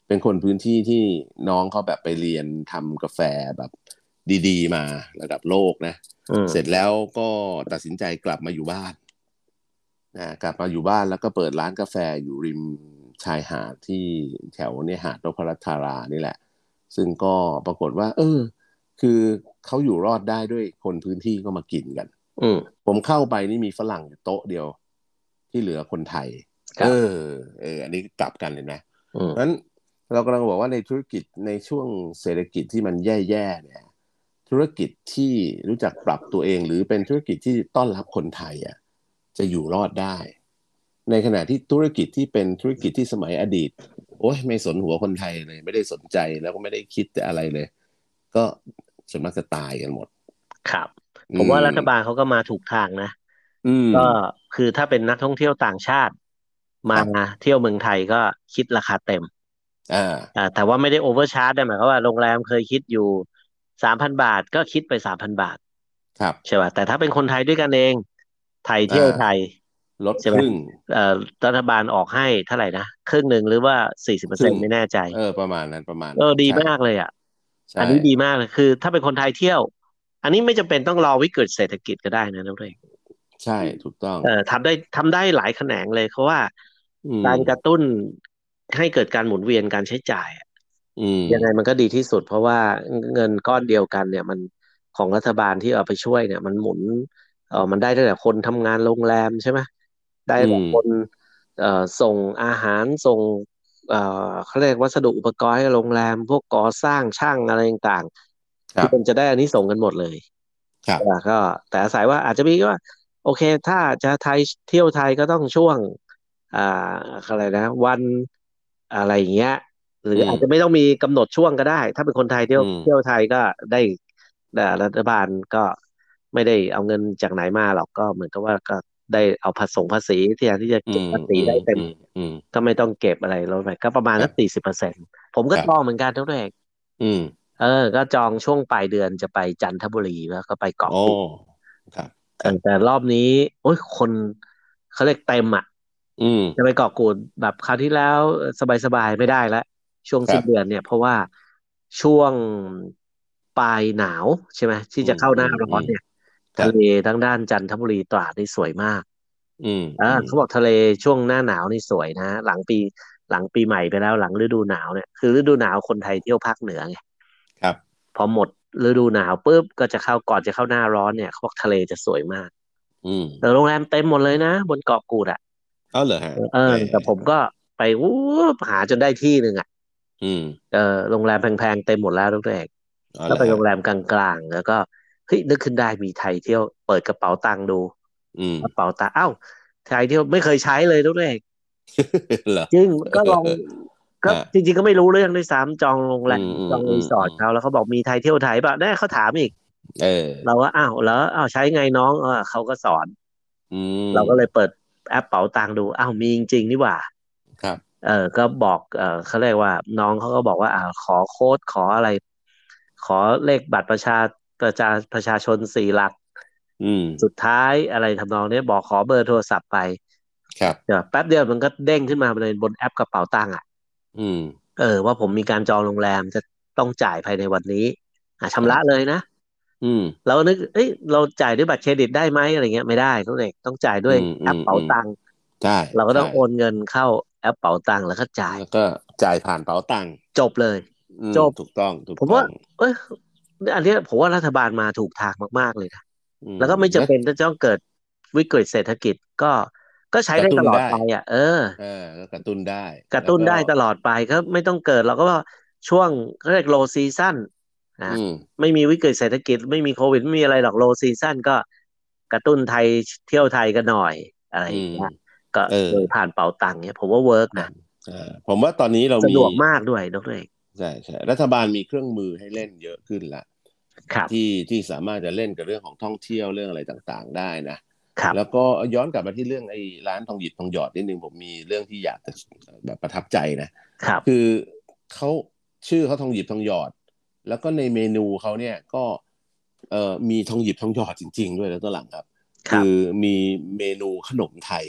เป็นคนพื้นที่ที่น้องเขาแบบไปเรียนทำกาแฟแบบดีๆมาระดับโลกนะเสร็จแล้วก็ตัดสินใจกลับมาอยู่บ้านนะกลับมาอยู่บ้านแล้วก็เปิดร้านกาแฟอยู่ริมชายหาดที่แถวเนี่ยหาดนพรัตน์ธารานี่แหละซึ่งก็ปรากฏว่าเออคือเขาอยู่รอดได้ด้วยคนพื้นที่ก็มากินกันอืมผมเข้าไปนี่มีฝรั่งอยู่โต๊ะเดียวที่เหลือคนไทยเออเอออันนี้กลับกันเลยนะเพราะฉะนั้นเรากำลังบอกว่าในธุรกิจในช่วงเศรษฐกิจที่มันแย่ๆเนี่ยธุรกิจที่รู้จักปรับตัวเองหรือเป็นธุรกิจที่ต้อนรับคนไทยอ่ะจะอยู่รอดได้ในขณะที่ธุรกิจที่เป็นธุรกิจที่สมัยอดีตโอ้ยไม่สนหัวคนไทยเลยไม่ได้สนใจแล้วก็ไม่ได้คิดจะอะไรเลยก็ส่วนมากจะตายกันหมดครับผมว่ารัฐบาลเขาก็มาถูกทางนะก็คือถ้าเป็นนักท่องเที่ยวต่างชาติมาเที่ยวเมืองไทยก็คิดราคาเต็มอ่าอ่าแต่ว่าไม่ได้โอเวอร์ชาร์จได้หมายความว่าโรงแรมเคยคิดอยู่สามพันบาทก็คิดไปสามพันบาทครับใช่ป่ะแต่ถ้าเป็นคนไทยด้วยกันเองไทยอ่เที่ยวไทยาลดใช่ไหมครึ่งเอ่อรัฐบาลออกให้เท่าไหร่นะครึ่งหนึ่งหรือว่าสี่สิบเปอร์เซ็นครึ่งต์ไม่แน่ใจเออประมาณนั้นประมาณเออดีนั้นใช่มากเลยอ่ะอันใช่นี้ดีมากเลยคือถ้าเป็นคนไทยเที่ยวอันนี้ไม่จำเป็นต้องรอวิกฤตเศรษฐกิจก็ได้นะน้องเรยใช่ถูกต้องเอ่อทำได้ทำได้หลายแขนงเลยเพราะว่าอืมการกระตุ้นให้เกิดการหมุนเวียนการใช้จ่ายอะอืมยังไงมันก็ดีที่สุดเพราะว่าเงินก้อนเดียวกันเนี่ยมันของรัฐบาลที่เอาไปช่วยเนี่ยมันหมุนเออมันได้ตั้งแต่คนทำงานโรงแรมใช่ไหมได้อืมตั้งแต่คนเอ่อส่งอาหารส่งเอ่อเขาเรียกวัสดุอุปกรณ์ให้โรงแรมพวกก่อสร้างช่างอะไรต่างๆคือมันครับจะได้อานิสงส์กันหมดเลยครับแต่ก็แต่อาศัยว่าอาจจะมีก็ว่าโอเคถ้าจะไทยเที่ยวไทยก็ต้องช่วงอ่าอะไรนะวันอะไรอย่างเงี้ยหรืออืมอาจจะไม่ต้องมีกำหนดช่วงก็ได้ถ้าเป็นคนไทยเที่ยวอืมเที่ยวไทยก็ได้แต่รัฐบาลก็ไม่ได้เอาเงินจากไหนมาหรอกก็เหมือนกับว่าก็ได้เอาภาษีภาษีที่ที่จะอืมเก็บภาษีอืมได้เต็มอืมอืมก็ไม่ต้องเก็บอะไรลดไปก็ประมาณสักสี่ครับสิบเปอร์เซ็นต์ผมก็ครับจองเหมือนกันทุกเองอืมเออก็จองช่วงปลายเดือนจะไปจันทบุรีแล้วก็ไปเกาะโอ้กูดครับเอครับอแต่รอบนี้โอ้ยคนเขาเรียกเต็มอ่ะอืมจะไปเกาะกูดแบบคราวที่แล้วสบายๆไม่ได้แล้วช่วงสิ้นเดือนครับเนี่ยเพราะว่าช่วงปลายหนาวใช่ไหมที่อืมจะเข้าหน้าอืมอืมร้อนเนี่ยครับทะเลทั้งด้านจันทบุรีตราดนี่สวยมากอืมอ่าอืมเขาบอกทะเลช่วงหน้าหนาวนี่สวยนะหลังปีหลังปีใหม่ไปแล้วหลังฤดูหนาวเนี่ยคือฤดูหนาวคนไทยเที่ยวภาคเหนือไงครับพอหมดฤดูหนาวปุ๊บก็จะเข้าก่อนจะเข้าหน้าร้อนเนี่ยเขาบอกทะเลจะสวยมากอืมแต่โรงแรมเต็มหมดเลยนะบนเกาะกูดอ่ะเอาเหรอฮะเออเออแต่ผมก็ไปวูบหาจนได้ที่หนึ่งอ่ะอืมเออโรงแรมแพงๆเต็มหมดแล้วทุกแห่งแล้วไปโรเอาเหรอฮะงแรมกลางๆแล้วก็เฮ้ยนึกขึ้นได้มีไทยเที่ยวเปิดกระเป๋าตังค์ดูอืมกระเป๋าตังค์เอ้าไทยเที่ยวไม่เคยใช้เลยทุกแห่งเหรอจริงเอก็ลองอก็ฮะจริงๆก็ไม่รู้เรื่องด้วยซ้ำจองโรงแรมอืมอืจองมอืมอืมรีสอร์ทเขาแล้วเขาบอกมีไทยเที่ยวไทยป่ะแน่เขาถามอีกเออเราว่าอ้าวแล้วอ้าวใช้ไงน้องเออเขาก็สอนอืเราก็เลยมเปิดแอปเป๋าตังค์ดูอ้าวมีจริงๆนี่หว่าครับเออก็บอกเออเขาเรียกว่าน้องเขาก็บอกว่าอ่าขอโค้ดขออะไรขอเลขบัตรประชาประชาประชาชนสี่หลักอืมสุดท้ายอะไรทำนองเนี้ยบอกขอเบอร์โทรศัพท์ไปครับเดี๋ยวแป๊บเดียวมันก็เด้งขึ้นมาเลยบนแอปกระเป๋าตังค์อ่ะอืมเออว่าผมมีการจองโรงแรมจะต้องจ่ายภายในวันนี้อ่ะชำระครับเลยนะอืมเราก็นึกเอ้ยเราจ่ายด้วยบัตรเครดิตได้ไหมอะไรเงี้ยไม่ได้ทุกเด็กต้องจ่ายด้วยอืมแอปเป๋าอืมอืมตังค์ใช่เราก็ต้ใช่องโอนเงินเข้าแอปเป๋าตังค์แล้วก็จ่ายแล้วก็จ่ายผ่านเป๋าตังค์จบเลยอืมจบถูกต้องถูผมว่ากต้องเอ้ยอันเนี้ยผมว่ารัฐบาลมาถูกทางมากๆเลยนะอืมแล้วก็ไม่แล้วจำเป็นที่จะต้องเกิดวิกฤตเศรษฐกิจก็ก็ใช้กระตุ้นได้ได้ตลอดไปอ่ะเออเออก็กระตุ้นได้กระแล้วก็ตุ้นได้ตลอดไปก็ไม่ต้องเกิดเราก็ว่าช่วงเขาเรียก low season อ่ะอืมไม่มีวิกฤตเศรษฐกิจไม่มีโควิดไม่มีอะไรหรอก low season ก็กระตุ้นไทยเที่ยวไทยกันหน่อยอะไรอืมอย่างเงี้ยก็เออโดยผ่านเป๋าตังค์เนี่ยผมว่าเวิร์กนะครับอ่าผมว่าตอนนี้เรามีสะดวกมากด้วยดรเอกใช่ใช่รัฐบาลมีเครื่องมือให้เล่นเยอะขึ้นละครับที่ที่สามารถจะเล่นกับเรื่องของท่องเที่ยวเรื่องอะไรต่างๆได้นะครับแล้วก็ย้อนกลับมาที่เรื่องไอ้ร้านทองหยิบทองหยอดนิดนึงผมมีเรื่องที่อยากจะแบบประทับใจนะครับคือเขาชื่อเขาทองหยิบทองหยอดแล้วก็ในเมนูเขาเนี่ยก็เอ่อมีทองหยิบทองหยอดจริงๆด้วยแล้วตัวหลังครับคือครับมีเมนูขนมไทย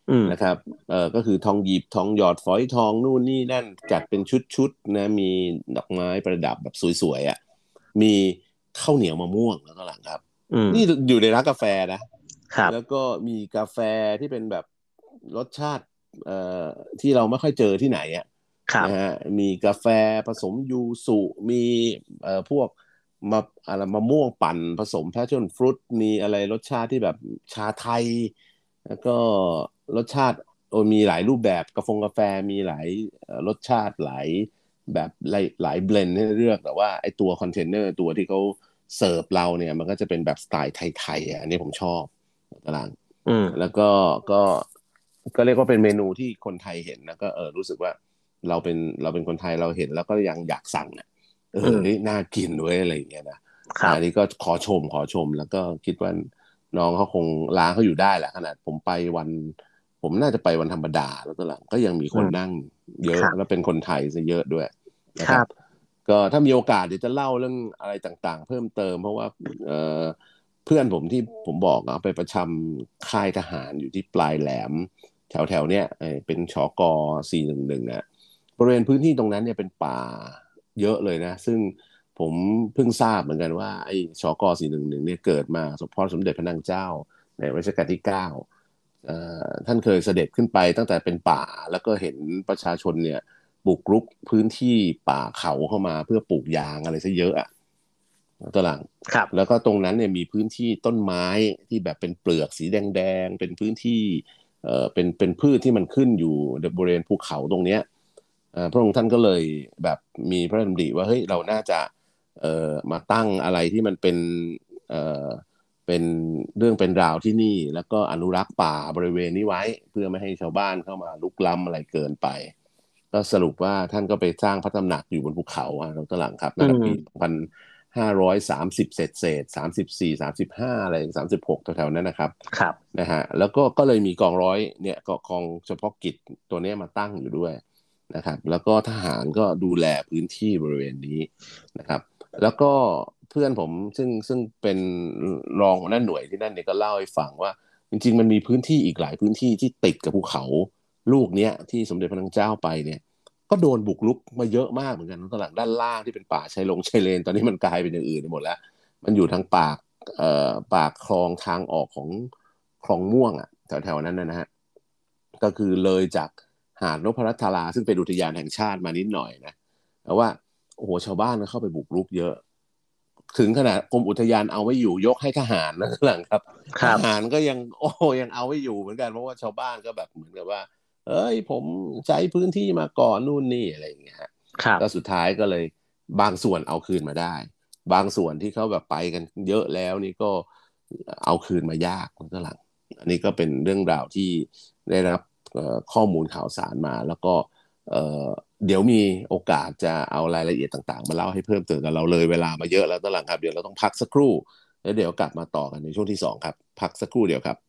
นะครับเออก็คือทองหยิบทองหยอดฝอยทองนู่นนี่นั่นจัดเป็นชุดๆนะมีดอกไม้ประดับแบบสวยๆอ่ะมีข้าวเหนียวมะม่วงแล้วก็หลังครับนี่อยู่ในร้านกาแฟนะแล้วก็มีกาแฟที่เป็นแบบรสชาติเอ่อที่เราไม่ค่อยเจอที่ไหนอ่ะนะฮะมีกาแฟผสมยูสุมีเอ่อพวกมะอะไรมะม่วงปั่นผสมแพชชั่นฟรุตมีอะไรรสชาติที่แบบชาไทยแล้วก็รสชาติโอ้มีหลายรูปแบบกาแฟกาแฟมีหลายเอ่อรสชาติหลายแบบหลายหลายเบลนด์ให้เลือกแต่ว่าไอตัวคอนเทนเนอร์ตัวที่เขาเสิร์ฟเราเนี่ยมันก็จะเป็นแบบสไตล์ไทยๆอ่ะอันนี้ผมชอบตารางแล้วก็ก็ก็เรียกว่าเป็นเมนูที่คนไทยเห็นแล้วก็เออรู้สึกว่าเราเป็นเราเป็นคนไทยเราเห็นแล้วก็ยังอยากสั่งอ่ะเออนี่น่ากินด้วยอะไรอย่างเงี้ยนะอันนี้ก็ขอชมขอชมแล้วก็คิดว่าน้องเขาคงร้านเขาอยู่ได้แหละขนาดผมไปวันผมน่าจะไปวันธรรมดาแล้วก็หลังก็ยังมีคนนั่งเยอะแล้วเป็นคนไทยซะเยอะด้วยนะครับก็ถ้ามีโอกาสเดี๋ยวจะเล่าเรื่องอะไรต่างๆเพิ่มเติมเพราะว่าเอ่อเพื่อนผมที่ผมบอกเอาไปประจำค่ายทหารอยู่ที่ปลายแหลมแถวแถวเนี้ยเป็นชกสี่หนึ่งหนึ่งอ่ะบริเวณพื้นที่ตรงนั้นเนี่ยเป็นป่าเยอะเลยนะซึ่งผมเพิ่งทราบเหมือนกันว่าไอ้ชกสี่หนึ่งหนึ่งเนี่ยเกิดมาสมพรสมเด็จพระนางเจ้าในรัชกาลที่เก้าท่านเคยเสด็จขึ้นไปตั้งแต่เป็นป่าแล้วก็เห็นประชาชนเนี่ยบุกรุกพื้นที่ป่าเขาเข้ามาเพื่อปลูกยางอะไรซะเยอะอะตัวหลังแล้วก็ตรงนั้นเนี่ยมีพื้นที่ต้นไม้ที่แบบเป็นเปลือกสีแดงๆเป็นพื้นที่เอ่อเป็นเป็นพืชที่มันขึ้นอยู่บริเวณภูเขาตรงเนี้ยพระองค์ท่านก็เลยแบบมีพระราชดำริว่าเฮ้ยเราน่าจะเอ่อมาตั้งอะไรที่มันเป็นเอ่อเป็นเรื่องเป็นราวที่นี่แล้วก็อนุรักษ์ป่าบริเวณนี้ไว้เพื่อไม่ให้ชาวบ้านเข้ามาลุกล้ำอะไรเกินไปก็สรุปว่าท่านก็ไปสร้างพระตำหนักอยู่บนภูเขาอ่ะตหลังครับตั้งแต่ปีสองพันห้าร้อยสามสิบเศษเศษสามสิบสี่สามสิบห้าอะไรสามสิบหกแถวๆนั้นนะครับครับนะฮะแล้วก็ก็เลยมีกองร้อยเนี่ยก็กองเฉพาะกิจตัวนี้มาตั้งอยู่ด้วยนะครับแล้วก็ทหารก็ดูแลพื้นที่บริเวณนี้นะครับแล้วก็เพื่อนผมซึ่งซึ่งเป็นรองหัวหน้าหน่วยที่นั่นเนี่ยก็เล่าให้ฟังว่าจริงๆมันมีพื้นที่อีกหลายพื้นที่ที่ติดกับภูเขาลูกเนี้ยที่สมเด็จพระนางเจ้าไปเนี่ยก็โดนบุกรุกมาเยอะมากเหมือนกันตอนหลังด้านล่างที่เป็นป่าชายลงชายเลนตอนนี้มันกลายเป็นอย่างอื่นไปหมดแล้วมันอยู่ทางปากเอ่อปากคลองทางออกของคลองม่วงอ่ะแถวๆนั้นนะฮะก็คือเลยจากหาดนพรัตราซึ่งเป็นอุทยานแห่งชาติมานิดหน่อยนะแต่ว่าโอ้โหชาวบ้านเข้าไปบุกรุกเยอะถึงขนาดกรมอุทยานเอาไว้อยู่ยกให้ทหารนะหลังครับทหารก็ยังโอ้ยังเอาไว้อยู่เหมือนกันเพราะว่าชาวบ้านก็แบบเหมือนกับว่าเอ้ยผมใช้พื้นที่มาก่อนนู่นนี่อะไรอย่างเงี้ยก็สุดท้ายก็เลยบางส่วนเอาคืนมาได้บางส่วนที่เขาแบบไปกันเยอะแล้วนี่ก็เอาคืนมายากก็หลังอันนี้ก็เป็นเรื่องราวที่ได้รับข้อมูลข่าวสารมาแล้วก็เดี๋ยวมีโอกาสจะเอารายละเอียดต่างๆมาเล่าให้เพิ่มเติมกันเราเลยเวลามาเยอะแล้วตอนหลังครับเดี๋ยวเราต้องพักสักครู่แล้วเดี๋ยวกลับมาต่อกันในช่วงที่สองครับพักสักครู่เดียวครับ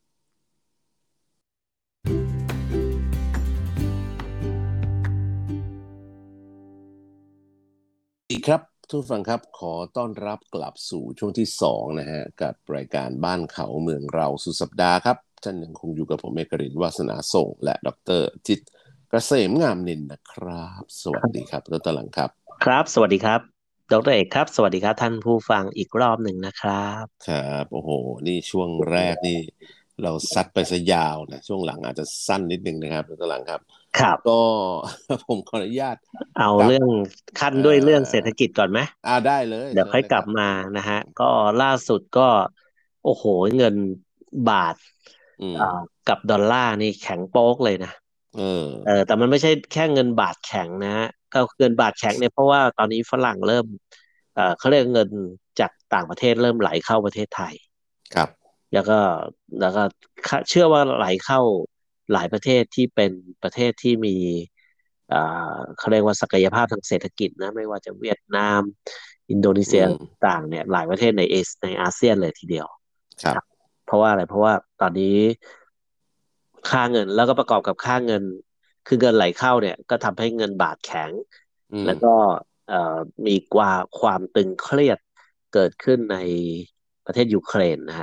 อีกครับทุกฟังครับขอต้อนรับกลับสู่ช่วงที่สองนะฮะกับรายการบ้านเขาเมืองเราสุดสัปดาห์ครับท่านยังคงอยู่กับผมเอกรินวาสนาส่งและดรจิตเกษมงามนินนะครับสวัสดีครับต้นตลังครับครับสวัสดีครับดรเอกครับสวัสดีครับท่านผู้ฟังอีกรอบหนึ่งนะครับครับโอ้โหนี่ช่วงแรกนี่เราซัดไปซะยาวนะช่วงหลังอาจจะสั้นนิดนึงนะครับต้นหลังครับครับก็ผมขออนุญาตเอาเรื่องขั้นด้วยเรื่องเศรษฐกิจก่อนไหมอ่าได้เลยเดี๋ยวค่อยกลับมานะฮะก็ล่าสุดก็โอ้โหเงินบาทกับดอลลาร์นี่แข็งโป๊กเลยนะเออเออแต่มันไม่ใช่แค่เงินบาทแข็งนะฮะก็เงินบาทแข็งเนี่ยเพราะว่าตอนนี้ฝรั่งเริ่มเออเขาเรียกเงินจากต่างประเทศเริ่มไหลเข้าประเทศไทยครับแล้วก็แล้วก็เชื่อว่าไหลเข้าหลายประเทศที่เป็นประเทศที่มีอ่าเขาเรียกว่าศักยภาพทางเศรษฐกิจนะไม่ว่าจะเวียดนามอินโดนีเซียต่างเนี่ยหลายประเทศในเอในอาเซียนเลยทีเดียวครับเพราะว่าอะไรเพราะว่าตอนนี้ค่าเงินแล้วก็ประกอบกับค่าเงินคือเงินไหลเข้าเนี่ยก็ทำให้เงินบาทแข็งแล้วก็เอ่อมีกว่าความตึงเครียดเกิดขึ้นในประเทศยูเครนนะฮะ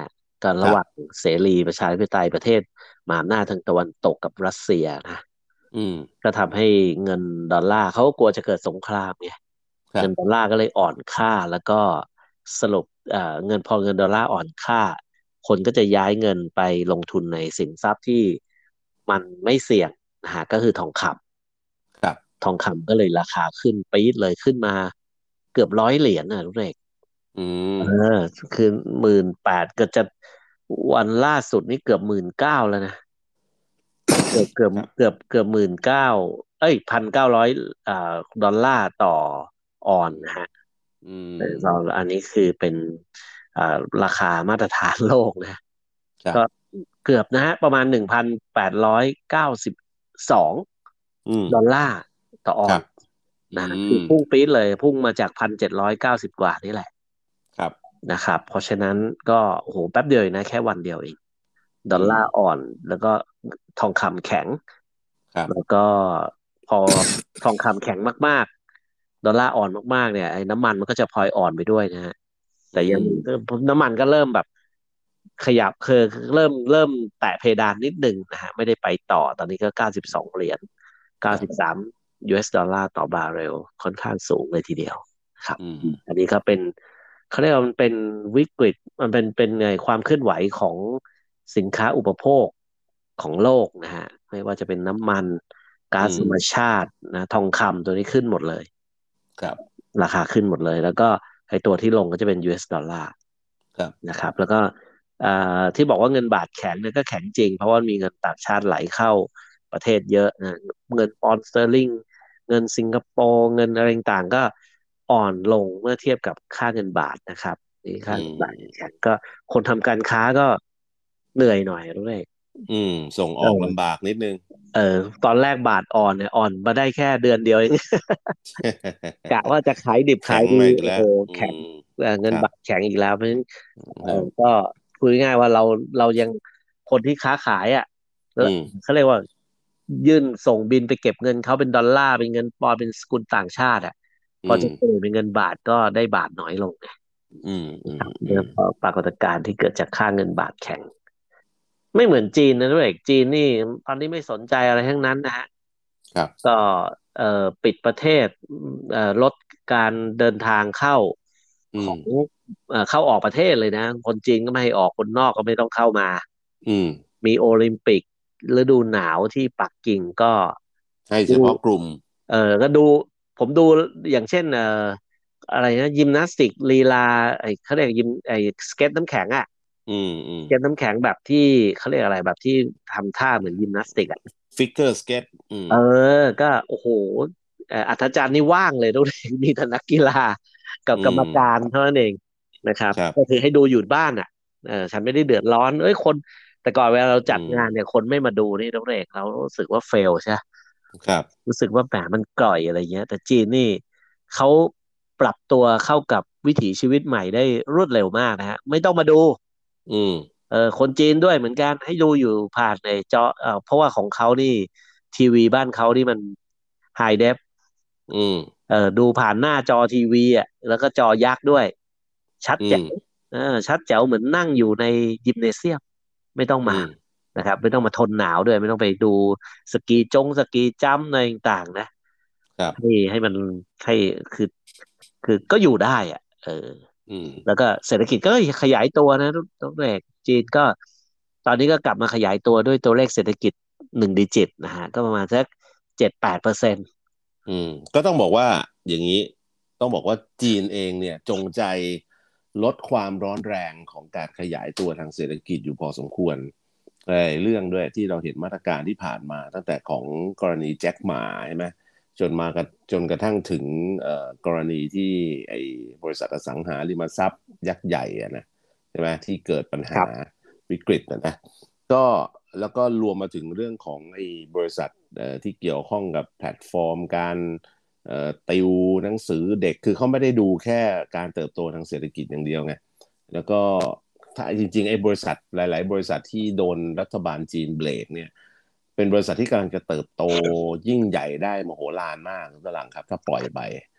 กันระหว่างเสรีประชาธิปไตยประเทศมหาอำนาจทางตะวันตกกับรัสเซียนะอืมก็ทำให้เงินดอลลาร์เขาก็กลัวจะเกิดสงครามไงครับเงินดอลลาร์ก็เลยอ่อนค่าแล้วก็สรุปเอ่อเงินพอเงินดอลลาร์อ่อนค่าคนก็จะย้ายเงินไปลงทุนในสินทรัพย์ที่มันไม่เสี่ยงนะฮะก็คือทองคครับำทองคำก็เลยราคาขึ้นปี๊ดเลยขึ้นมาเกือบร้อยเหรียญนะทุกเรกอืเออมคือหมื่นแปดก็จะวันล่าสุดนี่เกือบหมื่นเก้าแล้วนะเกือบเกือบครับเกือบเกือบหมื่นเก้าเอ้ยพันเก้าร้อยอ่าดอลลาร์ต่อออนอืมนะฮะอืเออเรามอันนี้คือเป็นอ่าราคามาตรฐานโลกนะก็ครับเกือบนะฮะประมาณหนึ่งพันแปดร้อยเก้าสิบสองอืมดอลลาร์ต่อออนครับอืนะฮะคือมพุ่งปี๊ดเลยพุ่งมาจากพันเจ็ดร้อยเก้าสิบกว่านี่แหละครับนะครับเพราะฉะนั้นก็โอ้โหแป๊บเดียวเองนะแค่วันเดียวเองดอลอืมลาร์อ่อนแล้วก็ทองคำแข็งครับแล้วก็พอทองคำแข็งมากๆดอลลาร์อ่อนมากๆเนี่ยไอ้น้ำมันมันก็จะพลอยอ่อนไปด้วยนะฮะแต่อืยังมน้ำมันก็เริ่มแบบขยับคือเริ่มเริ่มแตะเพดานนิดหนึ่งนะฮะไม่ได้ไปต่อตอนนี้ก็เก้าสิบสองเหรียญครับเก้าสิบสาม ยู เอส ดอลลาร์ต่อบาร์เรลค่อนข้างสูงเลยทีเดียวครับอืมอันนี้ก็เป็น เขาเรียกว่ามันเป็นวิกฤตมันเป็นเป็นไงความเคลื่อนไหวของสินค้าอุปโภคของโลกนะฮะไม่ว่าจะเป็นน้ำมันก๊าอืมซธรรมชาตินะทองคำตัวนี้ขึ้นหมดเลยครับราคาขึ้นหมดเลยแล้วก็ไอ้ตัวที่ลงก็จะเป็น ยู เอส ดอลลาร์ครับนะครับแล้วก็อ่าที่บอกว่าเงินบาทแข็งเนี่ยก็แข็งจริงเพราะว่ามีเงินต่างชาติไหลเข้าประเทศเยอะนะเงินปอนด์สเตอร์ลิงเงินสิงคโปร์เงินอะไรต่างๆก็อ่อนลงเมื่อเทียบกับค่าเงินบาทนะครับ นี่อืค่าเงินบาทมแข็งก็คนทำการค้าก็เหนื่อยหน่อยรู้ไหมอืมส่งอเอออกลำบากนิดนึงเออตอนแรกบาทอ่อนเนี่ยอ่อนมาได้แค่เดือนเดียวเองกะว่าจะขายดิบแข็งขายดีมาอีกแล้วโอ้โหอืแข็งมเออเงิครับนบาทแข็งอีกแล้วเพราะฉะนั้นเออครับก็พูดง่ายๆว่าเราเรายังคนที่ค้าขายอ่ะแล้วอืมเขาเรียกว่ายื่นส่งบินไปเก็บเงินเขาเป็นดอลลาร์เป็นเงินปอนด์เป็นสกุลต่างชาติอ่ะพออืมจะเปลี่ยนเป็นเงินบาทก็ได้บาทน้อยลงไงอืมอืมอืมเนื่องจากปรากฏการณ์ที่เกิดจากค่าเงินบาทแข็ง ไม่เหมือนจีนนะด้วยจีนนี่ตอนนี้ไม่สนใจอะไรทั้งนั้นนะฮะครับก็เอ่อปิดประเทศเอ่อลดการเดินทางเข้าอืมของเอ่อเข้าออกประเทศเลยนะคนจีนก็ไม่ให้ออกคนนอกก็ไม่ต้องเข้ามาอืมมีโอลิมปิกฤดูหนาวที่ปักกิ่งก็ให้ดูเฉพาะกลุ่มเออก็ดูผมดูอย่างเช่นเอ่ออะไรนะยิมนาสติกลีลาไอ้เขาเรียกยิมไอ้สเก็ตน้ำแข็งอ่ะอืมอืมเกมน้ำแข็งแบบที่เขาเรียกอะไรแบบที่ทำท่าเหมือนยิมนาสติกอ่ะฟิกเกอร์สเก็ตอืมเออก็โอ้โหเอ่ออัธจันทร์นี่ว่างเลยทุกทีมีแต่นักกีฬากับอืกรรมการมเท่านั้นเองนะครับครับก็คือให้ดูอยู่บ้านอ่ะเออฉันไม่ได้เดือดร้อนเอ้ยคนแต่ก่อนเวลาเราอืจัดมงานเนี่ยคนไม่มาดูนี่ทุกเรกเรารู้สึกว่าเฟลใช่ไหมครับรู้สึกว่าแหมมันกร่อยอะไรเงี้ยแต่จีนนี่เขาปรับตัวเข้ากับวิถีชีวิตใหม่ได้รวดเร็วมากนะฮะไม่ต้องมาดูอืมเออคนจีนด้วยเหมือนกันให้ดูอยู่ผ่านในจอเออเพราะว่าของเขานี่ทีวีบ้านเขานี่มันไฮเดฟอืมเออดูผ่านหน้าจอทีวีอ่ะแล้วก็จอยักษ์ด้วยชัดอืมแจ๋วเออชัดแจ๋วเหมือนนั่งอยู่ในยิมเนเซียมไม่ต้องมาอืมนะครับไม่ต้องมาทนหนาวด้วยไม่ต้องไปดูสกีจงสกีจัมป์อะไรต่างๆนะครับให้ให้มันให้คือคือก็อยู่ได้อ่ะเอออืมแล้วก็เศรษฐกิจก็ขยายตัวนะตัวเลขจีนก็ตอนนี้ก็กลับมาขยายตัวด้วยตัวเลขเศรษฐกิจหนึ่งดิจิตนะฮะก็ประมาณสักเจ็ดแปดเปอร์เซ็นต์อืมก็ต้องบอกว่าอย่างนี้ต้องบอกว่าจีนเองเนี่ยจงใจลดความร้อนแรงของการขยายตัวทางเศรษฐกิจอยู่พอสมควรไอ้เรื่องด้วยที่เราเห็นมาตรการที่ผ่านมาตั้งแต่ของกรณีแจ็คหมาใช่ไหมจนมากันจนกระทั่งถึงเอ่อกรณีที่ไอ้บริษัทอสังหาริมทรัพย์ยักษ์ใหญ่อะนะใช่ไหมที่เกิดปัญคหารับวิกฤตนะนะ ก็แล้วก็รวมมาถึงเรื่องของไอ้บริษัทเอ่อที่เกี่ยวข้องกับแพลตฟอร์มการเอ่อติวหนังสือเด็กคือเขาไม่ได้ดูแค่การเติบโตทางเศรษฐกิจอย่างเดียวไงแล้วก็ถ้าจริงๆไอ้บริษัทหลายๆบริษัทที่โดนรัฐบาลจีนเบรกเนี่ยเป็นบริษัทที่กำลังจะเติบโตยิ่งใหญ่ได้มโหฬารมากตลาดครับถ้าปล่อยไป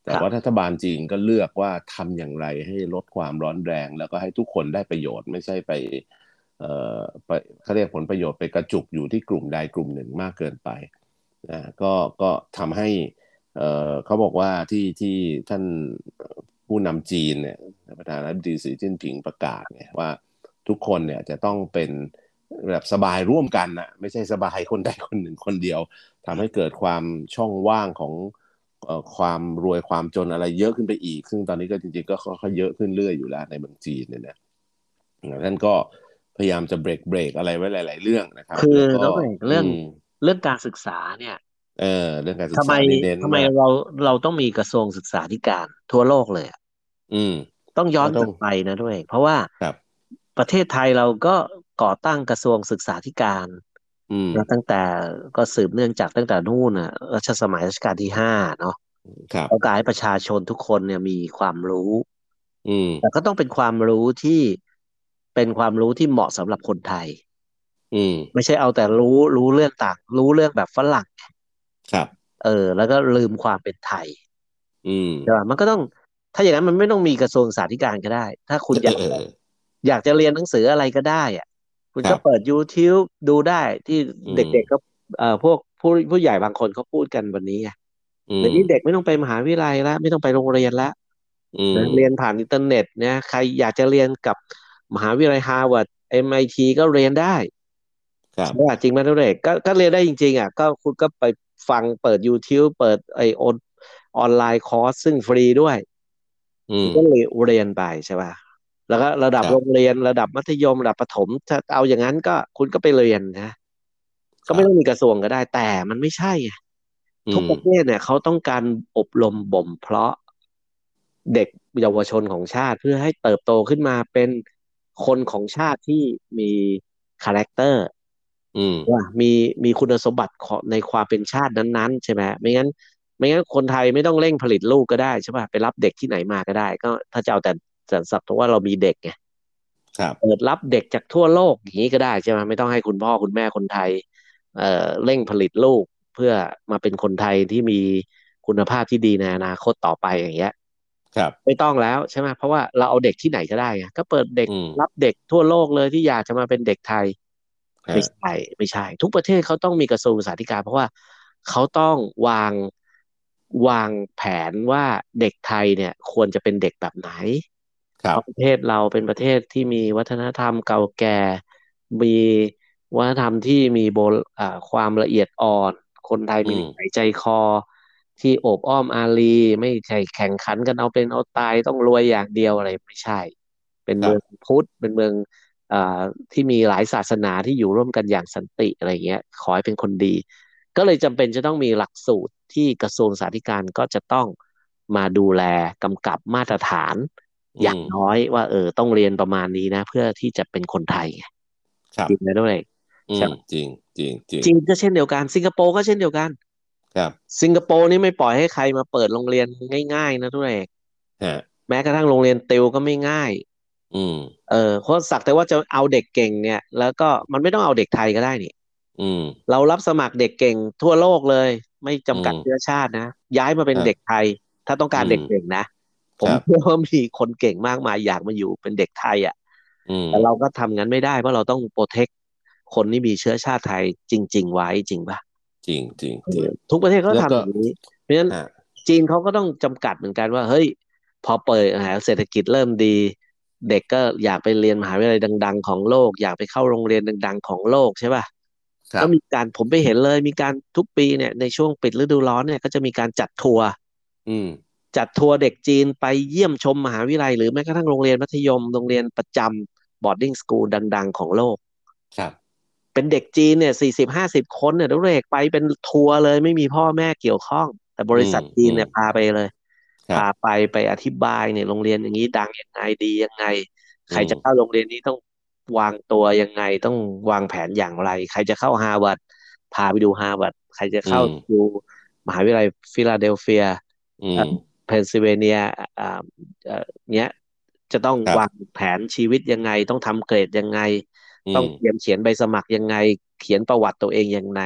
แต่ว่าครับรัฐบาลจีนก็เลือกว่าทำอย่างไรให้ลดความร้อนแรงแล้วก็ให้ทุกคนได้ประโยชน์ไม่ใช่ไปเอ่อไปเขาเรียกผลประโยชน์ไปกระจุกอยู่ที่กลุ่มใดกลุ่มหนึ่งมากเกินไปนะก็ก็ทำให้เอ่อเขาบอกว่าที่ที่ท่านผู้นำจีนเนี่ยประธานาธิบดีสีจิ้นผิงประกาศเนี่ยว่าทุกคนเนี่ยจะต้องเป็นแบบสบายร่วมกันนะไม่ใช่สบายคนใดคนหนึ่งคนเดียวทำให้เกิดความช่องว่างของ เอ่อความรวยความจนอะไรเยอะขึ้นไปอีกซึ่งตอนนี้ก็จริงๆก็ค่อยๆเยอะขึ้นเรื่อยอยู่แล้วในเมืองจีนเนี่ยนะท่านก็พยายามจะเบรกเบรกอะไรไว้หลายๆเรื่องนะครับคือแล้วก็น้องเอกอืเรื่องมเรื่องการศึกษาเนี่ยเออเรื่องการศึกทำไมษานี่เน้นทำไมมากเราเราต้องมีกระทรวงศึกษาธิการทั่วโลกเลยอะอืมต้องย้อก็ต้องนกลับไปนะด้วยเพราะว่าครับประเทศไทยเราก็ก่อตั้งกระทรวงศึกษาธิการอืมนะตั้งแต่ก็สืบเนื่องจากตั้งแต่นู่นน่ะรัชสมัยรัชกาลที่ห้าเนาะครับต้องการให้ประชาชนทุกคนเนี่ยมีความรู้อืมแต่ก็ต้องเป็นความรู้ที่เป็นความรู้ที่เหมาะสำหรับคนไทยอืมไม่ใช่เอาแต่รู้รู้เรื่องต่างรู้เรื่องแบบฝรั่งครับเออแล้วก็ลืมความเป็นไทยอืมใช่ป่ะมันก็ต้องถ้าอย่างนั้นมันไม่ต้องมีกระทรวงสาธการก็ได้ถ้าคุณอเอยากจะออยากจะเรียนหนังสืออะไรก็ได้อะคุณครับก็เปิด YouTube ดูได้ที่อืมเด็กๆก็เอ่อพวกผู้ผู้ใหญ่บางคนเขาพูดกันวันนี้ไงอืมเดี๋ยวนี้เด็กไม่ต้องไปมหาวิทยาลัยแล้วไม่ต้องไปโรงเรียนแล้วอืนะมเรียนผ่านอินเทอร์เน็ตเนี่ยใครอยากจะเรียนกับมหาวิทยาลัยฮาร์วาร์ด เอ็ม ไอ ที ก็เรียนได้ครับใช่ป่ะจริงไหมทุกเด็กก็ก็เรียนได้จริงๆอ่ะก็คุณก็ไปฟังเปิด YouTube เปิดไอออนออนไลน์คอร์สซึ่งฟรีด้วยอืมคุณก็เรียนไปใช่ป่ะแล้วก็ระดับครับโรงเรียนระดับมัธยมระดับประถมถ้าเอาอย่างนั้นก็คุณก็ไปเรียนนะก็ครับไม่ต้องมีกระทรวงก็ได้แต่มันไม่ใช่ไงทุกอืมประเทศเนี่ยเขาต้องการอบรมบ่มเพาะเด็กเยาวชนของชาติเพื่อให้เติบโตขึ้นมาเป็นคนของชาติที่มีคาแรคเตอร์อืมว่ามีมีคุณสมบัติของในความเป็นชาตินั้นๆใช่ไหมไม่งั้นไม่งั้นคนไทยไม่ต้องเร่งผลิตลูกก็ได้ใช่ป่ะไปรับเด็กที่ไหนมาก็ได้ก็ถ้าจะเอาแต่แต่สักแต่ว่าเรามีเด็กไงครับเปิดรับเด็กจากทั่วโลกอย่างนี้ก็ได้ใช่ไหมไม่ต้องให้คุณพ่อคุณแม่คนไทยเอ่อเร่งผลิตลูกเพื่อมาเป็นคนไทยที่มีคุณภาพที่ดีในอนาคตต่อไปอย่างเงี้ยครับไม่ต้องแล้วใช่ไหมเพราะว่าเราเอาเด็กที่ไหนก็ได้ไงก็เปิดเด็กอืมรับเด็กทั่วโลกเลยที่อยากจะมาเป็นเด็กไทยไม่ฮะใช่ไม่ใช่ทุกประเทศเขาต้องมีกระทรวงศึกษาธิการเพราะว่าเขาต้องวางวางแผนว่าเด็กไทยเนี่ยควรจะเป็นเด็กแบบไหนครับเพราะประเทศเราเป็นประเทศที่มีวัฒนธรรมเก่าแก่ มีวัฒนธรรมที่มีโบอ่าความละเอียดอ่อน คนไทยมีอืมนิสัยใจคอที่โอบอ้อมอารีไม่ใช่แข่งขันกันเอาเป็นเอาตายต้องรวยอย่างเดียวอะไรไม่ใช่ เป็นเมืองครับพุทธเป็นเมืองอ่าที่มีหลายศาสนาที่อยู่ร่วมกันอย่างสันติอะไรเงี้ยขอให้เป็นคนดี ก็เลยจำเป็นจะต้องมีหลักสูตรที่กระทรวงสาธการก็จะต้องมาดูแลกำกับมาตรฐานอย่างอืมน้อยว่าเออต้องเรียนประมาณนี้นะเพื่อที่จะเป็นคนไทยไงครับจริงไหมด้วยอืมใช่ไหมจริงจริงจริงจีนก็เช่นเดียวกันสิงคโปร์ก็เช่นเดียวกันครับสิงคโปร์นี่ไม่ปล่อยให้ใครมาเปิดโรงเรียนง่ายๆนะด้วยฮะแม้กระทั่งโรงเรียนติวก็ไม่ง่ายอืมเออเพราะสักแต่ว่าจะเอาเด็กเก่งเนี่ยแล้วก็มันไม่ต้องเอาเด็กไทยก็ได้นี่อืมเรารับสมัครเด็กเก่งทั่วโลกเลยไม่อืจำกัดมเชื้อชาตินะย้ายมาเป็นครับเด็กไทยถ้าต้องอืการเด็มกเก่งนะผครับมเชื่อว่ามีคนเก่งมากมายอยากมาอยู่เป็นเด็กไทยอ่ะอืมแต่เราก็ทำงั้นไม่ได้เพราะเราต้องโปรเทคคนที่มีเชื้อชาติไทยจริงๆไว้จริงป่ะจริงจริงเออจริงทุกประเทศเขาแล้วก็ทำอย่างนี้เพราะฉะนั้นฮะจีนเขาก็ต้องจำกัดเหมือนกันว่าเฮ้ยพอเปิดหาเศรษฐกิจเริ่มดีเด็กก็อยากไปเรียนมหาวิทยาลัยดังๆของโลกอยากไปเข้าโรงเรียนดังๆของโลกใช่ป่ะครับก็มีการผมไปเห็นเลยมีการทุกปีเนี่ยในช่วงปิดฤดูร้อนเนี่ยก็จะมีการจัดทัวร์อืมจัดทัวร์เด็กจีนไปเยี่ยมชมมหาวิทยาลัยหรือแม้กระทั่งโรงเรียนมัธยมโรงเรียนประจำ boarding school ดังๆของโลกครับเป็นเด็กจีนเนี่ยสี่สิบห้าสิบคนเนี่ยทุกเด็กไปเป็นทัวร์เลยไม่มีพ่อแม่เกี่ยวข้องแต่บอืมริษัทจีอืมนเนี่ยพาไปเลยครับพาไปไปอธิบายเนี่ยโรงเรียนอย่างนี้ดังยังไงดียังไงใคอืมรจะเข้าโรงเรียนนี้ต้องวางตัวยังไงต้องวางแผนอย่างไรใครจะเข้าฮาร์วาร์ด พาไปดูฮาร์วาร์ดใครจะเข้าอืมดูมหาวิทยาลัยฟิลาเดลเฟียอืมเอ่อเพนซิลเวเนียอ่าเอ่อเนี้ยจะต้องครับวางแผนชีวิตยังไงต้องทำเกรดยังไงอืมต้องเตรียมเขียนใบสมัครยังไงเขียนประวัติตัวเองยังไง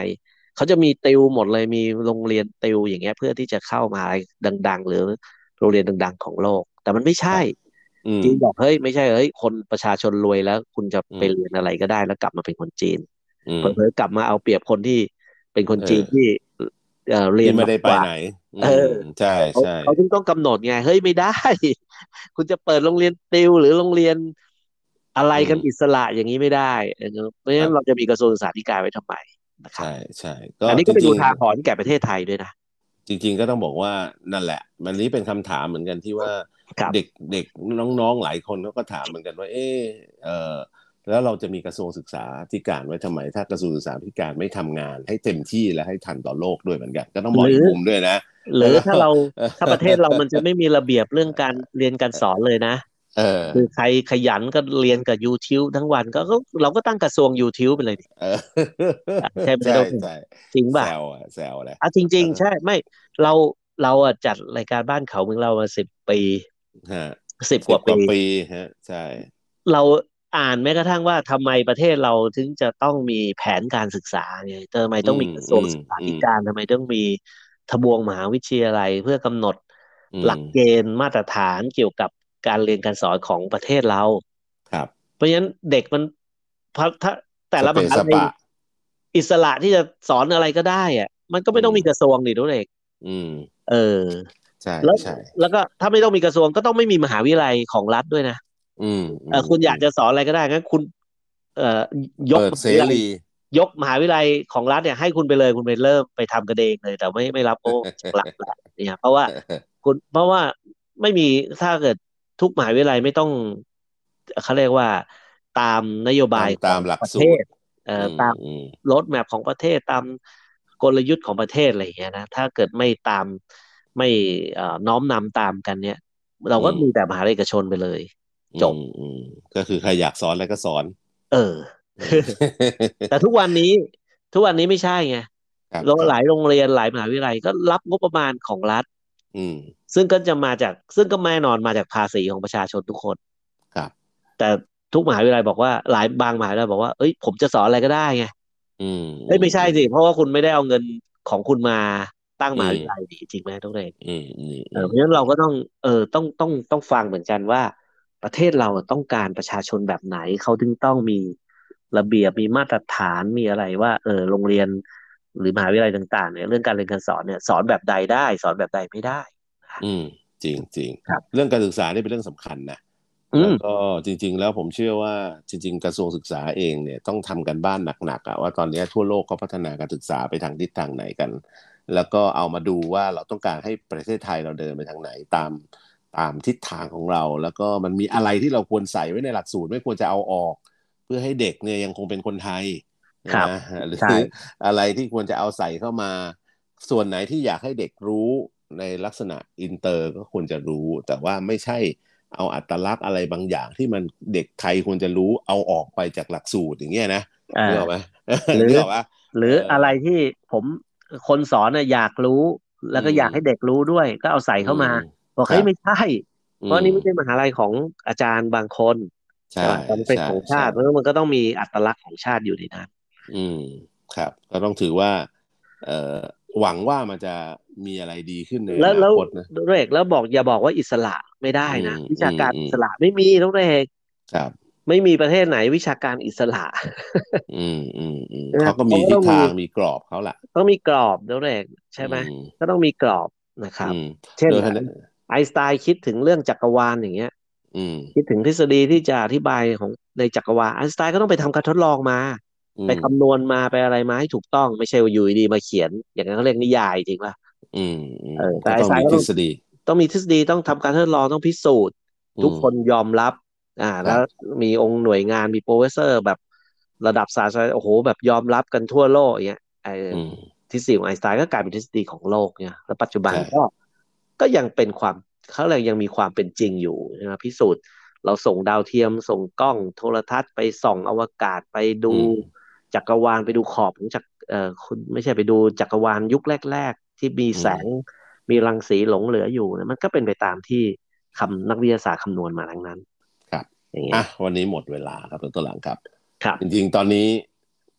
เขาจะมีติวหมดเลยมีโรงเรียนติวอย่างเงี้ยเพื่อที่จะเข้ามาดังๆหรือโรงเรียนดังๆของโลกแต่มันไม่คใช่รับอืมจีนบอกเฮ้ยไม่ใช่เฮ้ยคนประชาชนรวยแล้วคุณจะอืมไปเรียนอะไรก็ได้แล้วกลับมาเป็นคนจีนอืมเผลอๆกลับมาเอาเปรียบคนที่เป็นคนเอจีนที่อเอ่อเรียที่นน้อยกว่าไม่ได้ไปไหนอืเออมใช่เขาใช่เขาถึงต้องกำหนดไงเฮ้ยไม่ได้คุณจะเปิดโรงเรียนติวหรือโรงเรียนอะไรอืมกันอิสระอย่างนี้ไม่ได้เออเพราะฉะนั้นเราครับจะมีกระทรวงศึกษาธิการไว้ทำไมนะครับใช่ใช่ก็อันนี้ก็เป็นจริงอุทาหรณ์แก่ประเทศไทยด้วยนะจริงๆก็ต้องบอกว่านั่นแหละมันนี้เป็นคำถามเหมือนกันที่ว่าเด็กครับเด็กน้องๆหลายคนเขาก็ถามเหมือนกันว่าเออเออแล้วเราจะมีกระทรวงศึกษาธิการไว้ทำไมถ้ากระทรวงศึกษาธิการไม่ทำงานให้เต็มที่และให้ทันต่อโลกด้วยเหมือนกันก็ต้องมหรือองอีกมุมด้วยนะหรือแล้วก็ถ้าเราถ้าประเทศเรามันจะไม่มีระเบียบเรื่องการเรียนการสอนเลยนะเออคือใครขยันก็เรียนกับ YouTube ทั้งวันก็ก็เราก็ตั้งกระทรวง YouTube ไปเลยดิเอออ่ะใช่ไหใช่มต้องใช่จริงป่ะแซวอะแซวเลยอ่ะจริงแล้วก็ๆใช่ไม่เราเราอ่ะจัดรายการบ้านเขาเมืองเรามาสิบปีฮะสิบกว่าปีสิบกว่าปีฮะใช่เราอ่านแม้กระทั่งว่าทำไมประเทศเราถึงจะต้องมีแผนการศึกษาไงทำไมอืมต้องมีกระทรอืมวงศึกษาอืมธิการทำไมต้องมีทบวงมหาวิทยาลัยเพื่อกำหนดอืมหลักเกณฑ์มาตรฐานเกี่ยวกับการเรียนการสอนของประเทศเราครับเพราะฉะนั้นเด็กมันพะถ้าแต่สละมหาลัยเปะสปะอิสระที่จะสอนอะไรก็ได้อะมันก็อืไม่ต้องมีกระมทรวงดิทุกเด็กอืมเออใช่แล้วใช่แล้วก็ถ้าไม่ต้องมีกระทรวงก็ต้องไม่มีมหาวิทยาลัยของรัฐด้วยนะอืมอืเออมอืมคุณอยากจะสอนอะไรก็ได้งั้นคุณเอ่อยกเปิดเสมหาวิทยาลัยรียกมหาวิทยาลัยของรัฐเนี่ยให้คุณไปเลยคุณไปเริ่มไปทำกันเองเลยแต่ไม่ไม่รับโอ้จากรัฐแหละเนี่ยเพราะว่าคุณเพราะว่าไม่มีถ้าเกิดทุกมหาวิทยาลัยไม่ต้องเขาเรียกว่าตามนโยบายของตามตามหลักประเทศสูตรเอ่ออืมตามอืมโรดแมพของประเทศตามกลยุทธ์ของประเทศอะไรอย่างเงี้ยนะถ้าเกิดไม่ตามไม่เอ่อน้อมนำตามกันเนี่ยเราอืมก็มีแต่มหาวิทยาลัยเอกชนไปเลยอืมจบอืมก็คือใครอยากสอนอะไรก็สอนเอออืมแต่ทุกวันนี้ทุกวันนี้ไม่ใช่ไงครับโรงครับหลายโรงเรียนหลายมหาวิทยาลัยก็รับงบประมาณของรัฐอืมซึ่งก็จะมาจากซึ่งก็แน่นอนมาจากภาษีของประชาชนทุกคนครับแต่ทุกมหาวิทยาลัยบอกว่าหลายบางมหาวิทยาลัยบอกว่าเอ้ยผมจะสอนอะไรก็ได้ไงอืมอืเอ้ยมอืมไม่ใช่สิเพราะว่าคุณไม่ได้เอาเงินของคุณมาตั้งมอืมหาวิทยาลัยนี่จริงไหมทุกเรนอืมอืมเออเพราะฉะนั้นอืมเราก็ต้องเออต้องต้องต้องฟังเหมือนกันว่าประเทศเราต้องการประชาชนแบบไหนเขาถึงต้องมีระเบียบมีมาตรฐานมีอะไรว่าเออโรงเรียนหรือมหาวิทยาลัยต่างๆเนี่ยเรื่องการเรียนการสอนเนี่ยสอนแบบใดได้สอนแบบใดไม่ได้อืมจริงจริงครับเรื่องการศึกษานี่เป็นเรื่องสำคัญนะอืมแล้วก็จริงๆแล้วผมเชื่อว่าจริงๆกระทรวงศึกษาเองเนี่ยต้องทำกันบ้านหนักๆอะว่าตอนนี้ทั่วโลกเขาพัฒนาการศึกษาไปทางทิศทางไหนกัน แล้วก็เอามาดูว่าเราต้องการให้ประเทศไทยเราเดินไปทางไหนตามตามทิศทางของเราแล้วก็มันมีอะไรที่เราควรใส่ไว้ในหลักสูตรไม่ควรจะเอาออกเพื่อให้เด็กเนี่ยยังคงเป็นคนไทยครับนะหรือใช่อะไรที่ควรจะเอาใส่เข้ามาส่วนไหนที่อยากให้เด็กรู้ในลักษณะอินเตอร์ก็ควรจะรู้แต่ว่าไม่ใช่เอาอัตลักษณ์อะไรบางอย่างที่มันเด็กไทยควรจะรู้เอาออกไปจากหลักสูตรอย่างเงี้ยนะเออนึกออกไหมหรือนึกออกปะหรืเออออะไรที่ผมคนสอนน่ะอยากรู้แล้อืวก็อมยากให้เด็กรู้ด้วยก็เอาใส่อืมเข้ามาบอกครับเฮ้ยไม่ใช่อืมเพราะนี่ไม่ใช่มหาลัยของอาจารย์บางคนใช่ใช่ป่ะแต่มันเป็นใช่ของชาใช่ติเพราะฉะนั้นมันก็ต้องมีอัตลักษณ์ของชาติอยู่ในนั้นอืมครับก็ต้องถือว่าเอ่อหวังว่ามันจะมีอะไรดีขึ้นในอแล้วแล้วนาคตนะเรกแล้วบอกอย่าบอกว่าอิสระไม่ได้อืมนะวิอืชาการมอืมอิสระไม่มีทุกเรกครับไม่มีประเทศไหนวิชาการอิสระอืมอืมอืมนะเขาก็มีเขาก็ต้องมีทิศทางมีกรอบเขาแหละต้องมีกรอบทุกเรกใช่อืไหมมก็ต้องมีกรอบนะครับอืมเช่นโดยขณะไอน์สไตน์คิดถึงเรื่องจักรวาลอย่างเงี้ยอืมคิดถึงทฤษฎีที่จะอธิบายของในจักรวาลไอน์สไตน์ก็ต้องไปทำการทดลองมาไปอืมคำนวณมาไปอะไรมาให้ถูกต้องไม่ใช่ว่าอยู่ดีๆมาเขียนอย่างนั้นเขาเรียกนิยายจริงป่ะอืมอืมเออแต่ก็ต้องมีไอน์สไตน์ก็ต้องทฤษฎีต้องมีทฤษฎีต้องทำการทดลองต้องพิสูจน์อืมทุกคนยอมรับอ่าแล้วครับมีองค์หน่วยงานมีโปรเฟสเซอร์แบบระดับศาสตราจารย์โอ้โหแบบยอมรับกันทั่วโลกอย่างเงี้ยไอ้อืมทฤษฎีของไอน์สไตน์ก็กลายเป็นทฤษฎีของโลกเนี่ยแล้วปัจจุบันใช่ก็ก็ยังเป็นความ เขาเลยยังมีความเป็นจริงอยู่นะพิสูจน์เราส่งดาวเทียมส่งกล้องโทรทัศน์ไปส่องอวกาศไปดูอืมจักรวาลไปดูขอบของจักรเอ่อคุณไม่ใช่ไปดูจักรวาลยุคแรกๆที่มีอืแสงมมีรังสีหลงเหลืออยู่นะมันก็เป็นไปตามที่คำนักวิทยาศาสตร์คำนวณมาทั้งนั้นครับอย่างเงี้ยอ่ะวันนี้หมดเวลาครับตัวหลังครับครับจริงๆตอนนี้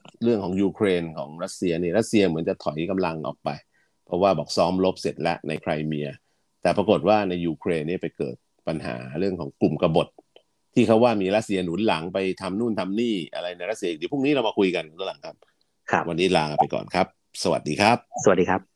เรื่องของยูเครนของรัสเซียนี่รัสเซียเหมือนจะถอยกำลังออกไปเพราะว่าบอกซ้อมรบเสร็จแล้วในไครเมียแต่ปรากฏว่าในยูเครนนี่ไปเกิดปัญหาเรื่องของกลุ่มกบฏที่เขาว่ามีรัสเซียหนุนหลังไปทำนู่นทำนี่อะไรในรัสเซียเดี๋ยวพรุ่งนี้เรามาคุยกันก็หลังครับครับวันนี้ลาไปก่อนครับสวัสดีครับสวัสดีครับ